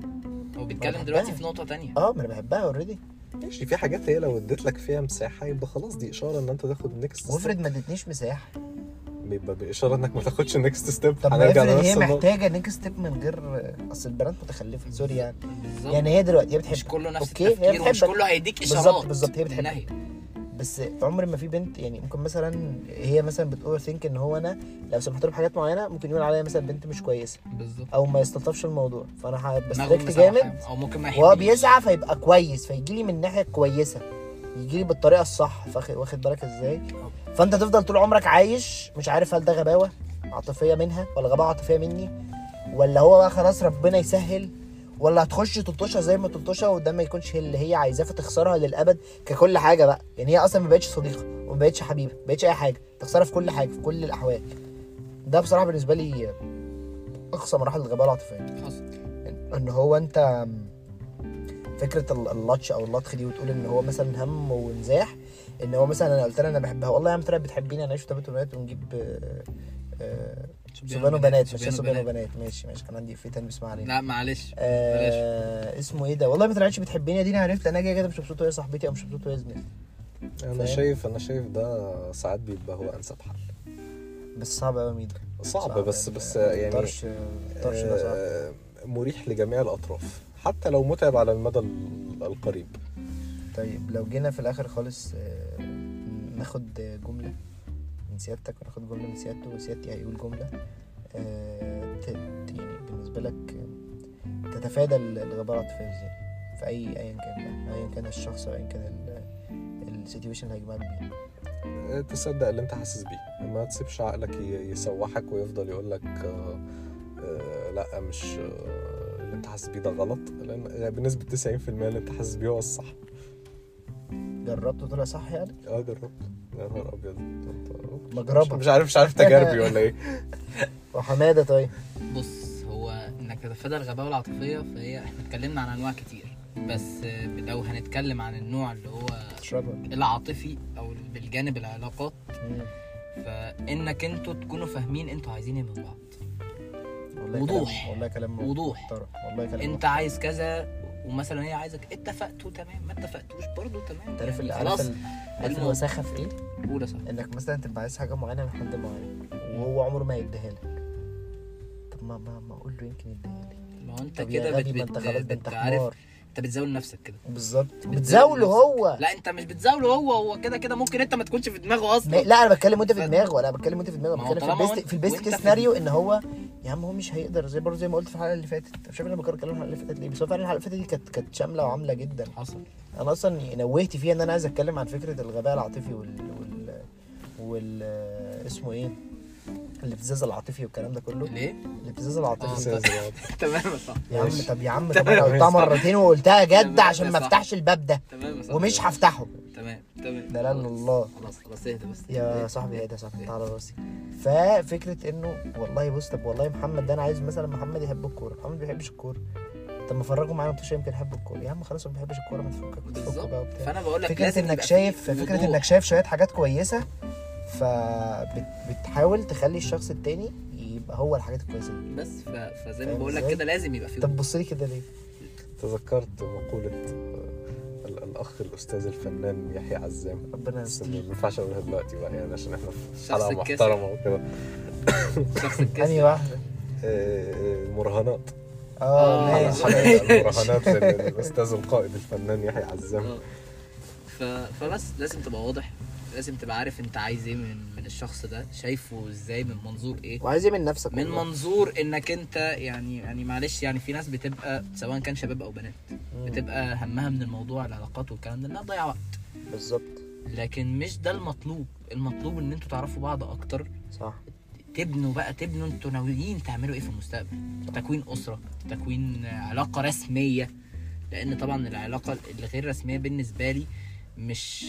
هو بيتكلم بحبها. دلوقتي في نقطه تانية. اه ما انا بحبها اوريدي. ماشي، في حاجات هي لو اديت لك فيها مساحه يبقى خلاص دي اشاره ان انت تاخد نيكست وافرض ما ادتنيش مساحة. بيبقى باشاره انك ما تاخدش نيكست ستيب. طب ما افرض هي محتاجه نيك ستيب من غير اصل البنات متخلفه سوري يعني. بالظبط. يعني هي دلوقتي هي بتحب مش كله نفس اوكي هي التفكير ومش بتحبك. كله هيديك اشارات. بالظبط بالظبط هي بتحبك. بالنهي. بس عمر ما في بنت يعني ممكن مثلا هي مثلا بتقول ثينك ان هو انا لو سمحت له بحاجات معينه ممكن يقول عليا مثلا بنت مش كويسه بالظبط. او ما يستلطفش الموضوع فانا دماغه بستريكت مسوحة. جامد او ممكن ما وهو يحبنيش. بيسعى فيبقى كويس فيجي لي من ناحيه كويسه يجي لي بالطريقه الصح فاخ- واخد بالك ازاي. فانت تفضل طول عمرك عايش مش عارف هل ده غباوه عاطفيه منها ولا غباوه عاطفيه مني ولا هو بقى خلاص ربنا يسهل ولا هتخش تلطشها زي ما تلطشها وده ما يكونش اللي هي عايزاه فتخسرها للابد ككل حاجه بقى. يعني هي اصلا ما بقتش صديقه وما بقتش حبيبه ما بقتش اي حاجه تخسرها في كل حاجه في كل الاحوال. ده بصراحه بالنسبه لي اقصى مراحل الغباء العاطفيه. حصل. ان هو انت فكره ال- اللطش او اللطخ دي وتقول ان هو مثلا هم ونزاح ان هو مثلا انا قلت لها انا بحبها والله يا عم طلعت بتحبيني انا عايش في تبات وبنات ونجيب آه، آه، صبيان وبنات مش صبيان وبنات ماشي ماشي كان عندي في تاني بيسمع عليه. لا معلش آه اسمه ايه ده والله ما طلعتش بتحبيني اديني عرفت انا جاي كده مش مبسوط وهي صاحبتي او مش مبسوط وهي زميلتي. انا فاهم؟ شايف انا شايف ده ساعات بيبقى هو انسب حل. بس صعب قوي ميدو صعب بس بس يعني يعني طرش طرش ده صعب. آه، مريح لجميع الاطراف حتى لو متعب على المدى ال- القريب. طيب لو جينا في الاخر خالص آه، ناخد جمله من سيادتك وناخد جمله من سيادته وسيادتي هيقول جمله آه، ت- يعني بالنسبه لك آه، تتفادى الغباء العاطفي ازاي في اي ايا كان بقى ايا كان الشخص او ايا كان السيتويشن اللي هيجمعك بيه. آه، تصدق اللي انت حاسس بيه ما تسيبش عقلك ي- يسوحك ويفضل يقولك آه، آه، لا مش آه، اللي انت حاسس بيه ده غلط لان بنسبة تسعين في المية اللي انت حاسس بيه هو الصح. جربت وطلع صح يعني؟ اه جربت. يا نهار ابيض انت- ما جربها. مش عارف مش عارف تجاربي ولا ايه. وحماده طيب بص هو انك تتفادى الغباوه العاطفيه فهي احنا اتكلمنا عن انواع كتير بس لو هنتكلم عن النوع اللي هو تشربها. العاطفي او بالجانب العلاقات مم. فانك انتوا تكونوا فاهمين انتوا عايزين ايه من بعض. والله وضوح. كلام والله كلام وضوح. محترم. والله كلام انت عايز كذا ومثلا هي عايزك اتفقتوا تمام ما اتفقتوش برضو تمام. انت عارف يعني اللي عارف خلاص ال- عارف الموضوع. الوساخه في ايه؟ قول صح. انك مثلا تبقى عايز حاجه معينه من حد معين وهو عمره ما يديها لك. طب ما ما ما اقول له يمكن يديها لي. ما هو انت طب يا كده غبي، بت ما انت خلاص، ده انت بتعرف حمار. انت بتزاول نفسك كده بالظبط، بتزاول بتزاوله نفسك. هو. لا انت مش بتزاوله هو هو كده كده ممكن انت ما تكونش في دماغه ما... اصلا. لا انا بتكلم وانت في ف- دماغه، انا بتكلم وانت في دماغه، ما هو بتكلم في طالما البيست وانت- في البيست وانت كيس في- سيناريو ان هو يا عم هو مش هيقدر، زي برضه زي ما قلت في الحلقه اللي فاتت. مش فاكر انا بكرر الكلام الحلقه اللي فاتت ليه، بس هو فعلا الحلقه اللي فاتت دي كانت كانت شامله وعامله جدا. حصل. انا اصلا نوهت فيها ان انا عايز اتكلم عن فكره الغباء العاطفي وال وال, وال... اسمه ايه، الابتزاز العاطفي والكلام ده كله. ليه؟ الابتزاز العاطفي. أستاذ رياض. تمام صح. يا عم ماشي. طب يا عم، طب تمام. انا قلتها مرتين وقلتها جد تمام، عشان ما صح. افتحش الباب ده تمام صح. ومش هفتحه. تمام تمام. لا لا لا الله. خلاص خلاص اهدى بس. يا صاحبي ايه ده صاحبي تعالى راسي. ففكره انه والله بص، طب والله محمد ده انا عايز مثلا محمد يحب الكوره، محمد ما بيحبش الكوره، طب ما فرجوا معانا ماتش يمكن يحب الكوره. يا عم خلاص ما بيحبش الكوره، ما تفكك تفكوا بالظبط. بقى وبتاع. فانا بقول لك فكره لازم انك يبقى شايف فيه فكره وضوح. انك شايف شويه حاجات كويسه، فبتحاول تخلي الشخص التاني يبقى هو الحاجات الكويسه دي. بس ف... فزي ما فاهم بقول لك ازاي؟ كده لازم يبقى فيه. طب بص لي كده ليه؟ تذكرت مقولة آه، ال- الأخ الأستاذ الفنان يحيى عزام، ربنا بس ما يستر. ينفعش أقولها دلوقتي بقى يعني عشان إحنا في شخص حلقة الكسل. محترمة وكده. شخص الكسل. انهي واحده؟ آه، آه، مراهنات. اه آه، ماشي. حلقة المراهنات للأستاذ القائد الفنان يحيى عزام. اه. ف... فبس لازم تبقى واضح، لازم تبقى عارف انت عايز ايه من من الشخص ده، شايفه ازاي، من منظور ايه، وعايز ايه من نفسك؟ من والله. منظور انك انت يعني يعني معلش يعني في ناس بتبقى سواء كان شباب او بنات مم. بتبقى همها من الموضوع العلاقات والكلام ده انها تضيع وقت، بالظبط لكن مش ده المطلوب. المطلوب ان انتوا تعرفوا بعض اكتر، صح. تبنوا بقى تبنوا انتوا ناويين تعملوا ايه في المستقبل، تكوين اسره، تكوين علاقه رسميه. لان طبعا العلاقه الغير رسميه بالنسبه لي مش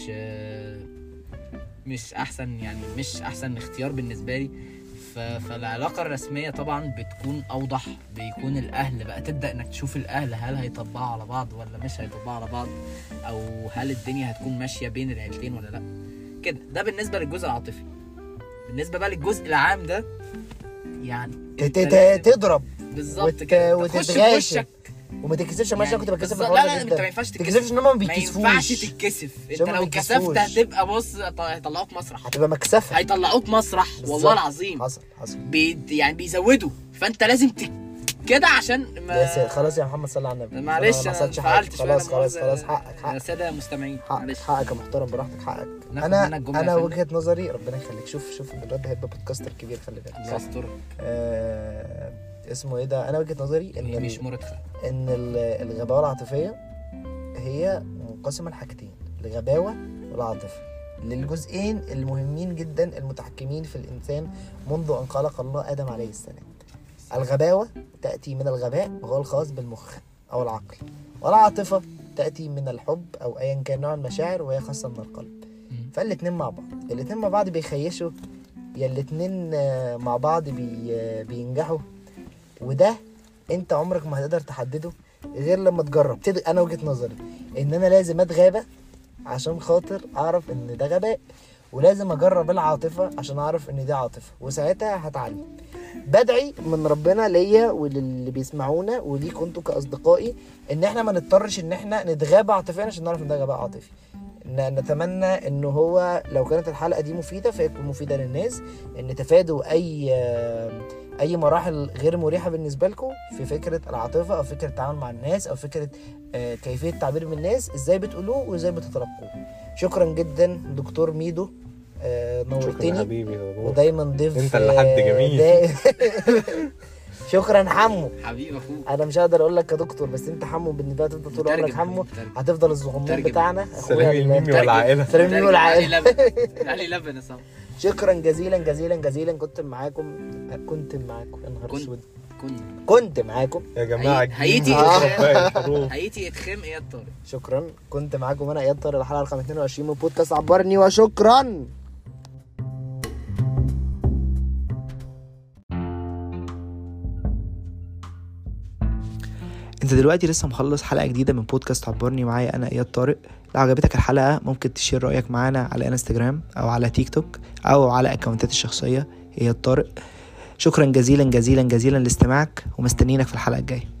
مش احسن يعني مش احسن اختيار بالنسبه لي. ف- فالعلاقه الرسميه طبعا بتكون اوضح، بيكون الاهل بقى تبدا انك تشوف الاهل هل هيطبقوا على بعض ولا مش هيطبقوا على بعض، او هل الدنيا هتكون ماشيه بين العيلتين ولا لا كده. ده بالنسبه للجزء العاطفي. بالنسبه بقى للجزء العام ده يعني ت- انت ت- لازم- تضرب بالظبط وت- كده تخش وتتغاشم. بوشك. وما تتكسفش. ماشي انا كنت بتكسف بالظبط. الحوار لا ده لا انت جدا. ما ينفعش تتكسفش ان هم ما ما بيتكسفوش. ينفعش تتكسف. انت عشان ما لو بيتكسفوش. كسفت هتبقى بص هيطلعوك مسرح، هتبقى مكسفه. هيطلعوك مسرح بالظبط. والله العظيم. حصل حصل. بي يعني بيزودوا، فانت لازم ت... كده عشان ما يا سيد خلاص يا محمد صلى على النبي. معلش أنا ما انا حصلش حاجة. انفعلت شويه. خلاص خلاص خلاص حقك يا حقك ساده مستمعين حقك معلش. حقك يا محترم، براحتك حقك. ناخد انا منك جملة انا يا وجهة نظري ربنا يخليك. شوف شوف الواد ده هيبقى بودكاستر كبير، خلي بالك. الله يسترك. آه اسمه ايه ده، انا وجهة نظري ان ال- مش مرتخى. ان ال- الغباوه العاطفيه هي منقسمه لحاجتين، الغباوه والعاطفه، للجزئين المهمين جدا المتحكمين في الانسان منذ ان خلق الله ادم عليه السلام. الغباوه تاتي من الغباء وهو الخاص بالمخ او العقل، والعاطفه تاتي من الحب او ايا كان نوع المشاعر وهي خاصه من القلب. فالاتنين مع بعض الاتنين مع بعض بيخيشوا، يا الاتنين آه، مع بعض بي آه، بينجحوا. وده انت عمرك ما هتقدر تحدده غير لما تجرب. تد... انا وجهة نظري ان انا لازم اتغابى عشان خاطر اعرف ان ده غباء، ولازم اجرب العاطفة عشان اعرف ان دي عاطفة، وساعتها هتعلم. بدعي من ربنا ليا وللي بيسمعونا وليكوا انتوا كاصدقائي ان احنا ما نضطرش ان احنا نتغابى عاطفيا عشان نعرف ان ده غباء عاطفي. ن- نتمنى ان هو لو كانت الحلقة دي مفيدة فهي تكون مفيدة للناس، ان تفادوا اي اي مراحل غير مريحة بالنسبة لكم في فكرة العاطفة او فكرة التعامل مع الناس او فكرة آه، كيفية التعبير من الناس، ازاي بتقولوه وازاي بتتلقوه. شكرا جدا دكتور ميدو، آه، شكرا نورتني حبيبي يا نور. ودايما ضيف. انت اللي حد جميل. دا- شكرا حمو. حبيبي اخوك. انا مش هقدر اقول لك يا دكتور، بس انت حمو بالنسبه لي تفضل طول عمرك مترجم حمو، مترجم. هتفضل الزغمون مترجم. بتاعنا. سلام الميمي والعائلة. سلام الميمي والعائلة. علي لبن علي لبن يا صاحبي. شكرا جزيلا جزيلا جزيلا. كنت معاكم كنت معاكم يا نهار كنت. اسود كنت كنت معاكم. يا جماعة هي- هيتي الجيم آه. ضرب باقي الحروف. هيتي يتخم ايه الطارق. شكرا. كنت معاكم انا اياد طارق، الحلقه رقم اتنين وعشرين من بودكاست عبرني، وشكرا. انت دلوقتي لسه مخلص حلقة جديدة من بودكاست عبرني معايا انا اياد طارق. لو عجبتك الحلقة ممكن تشير رأيك معانا على انستجرام او على تيك توك او على اكونتات الشخصية اياد طارق. شكرا جزيلا جزيلا جزيلا لاستماعك، ومستنيينك في الحلقة الجاية.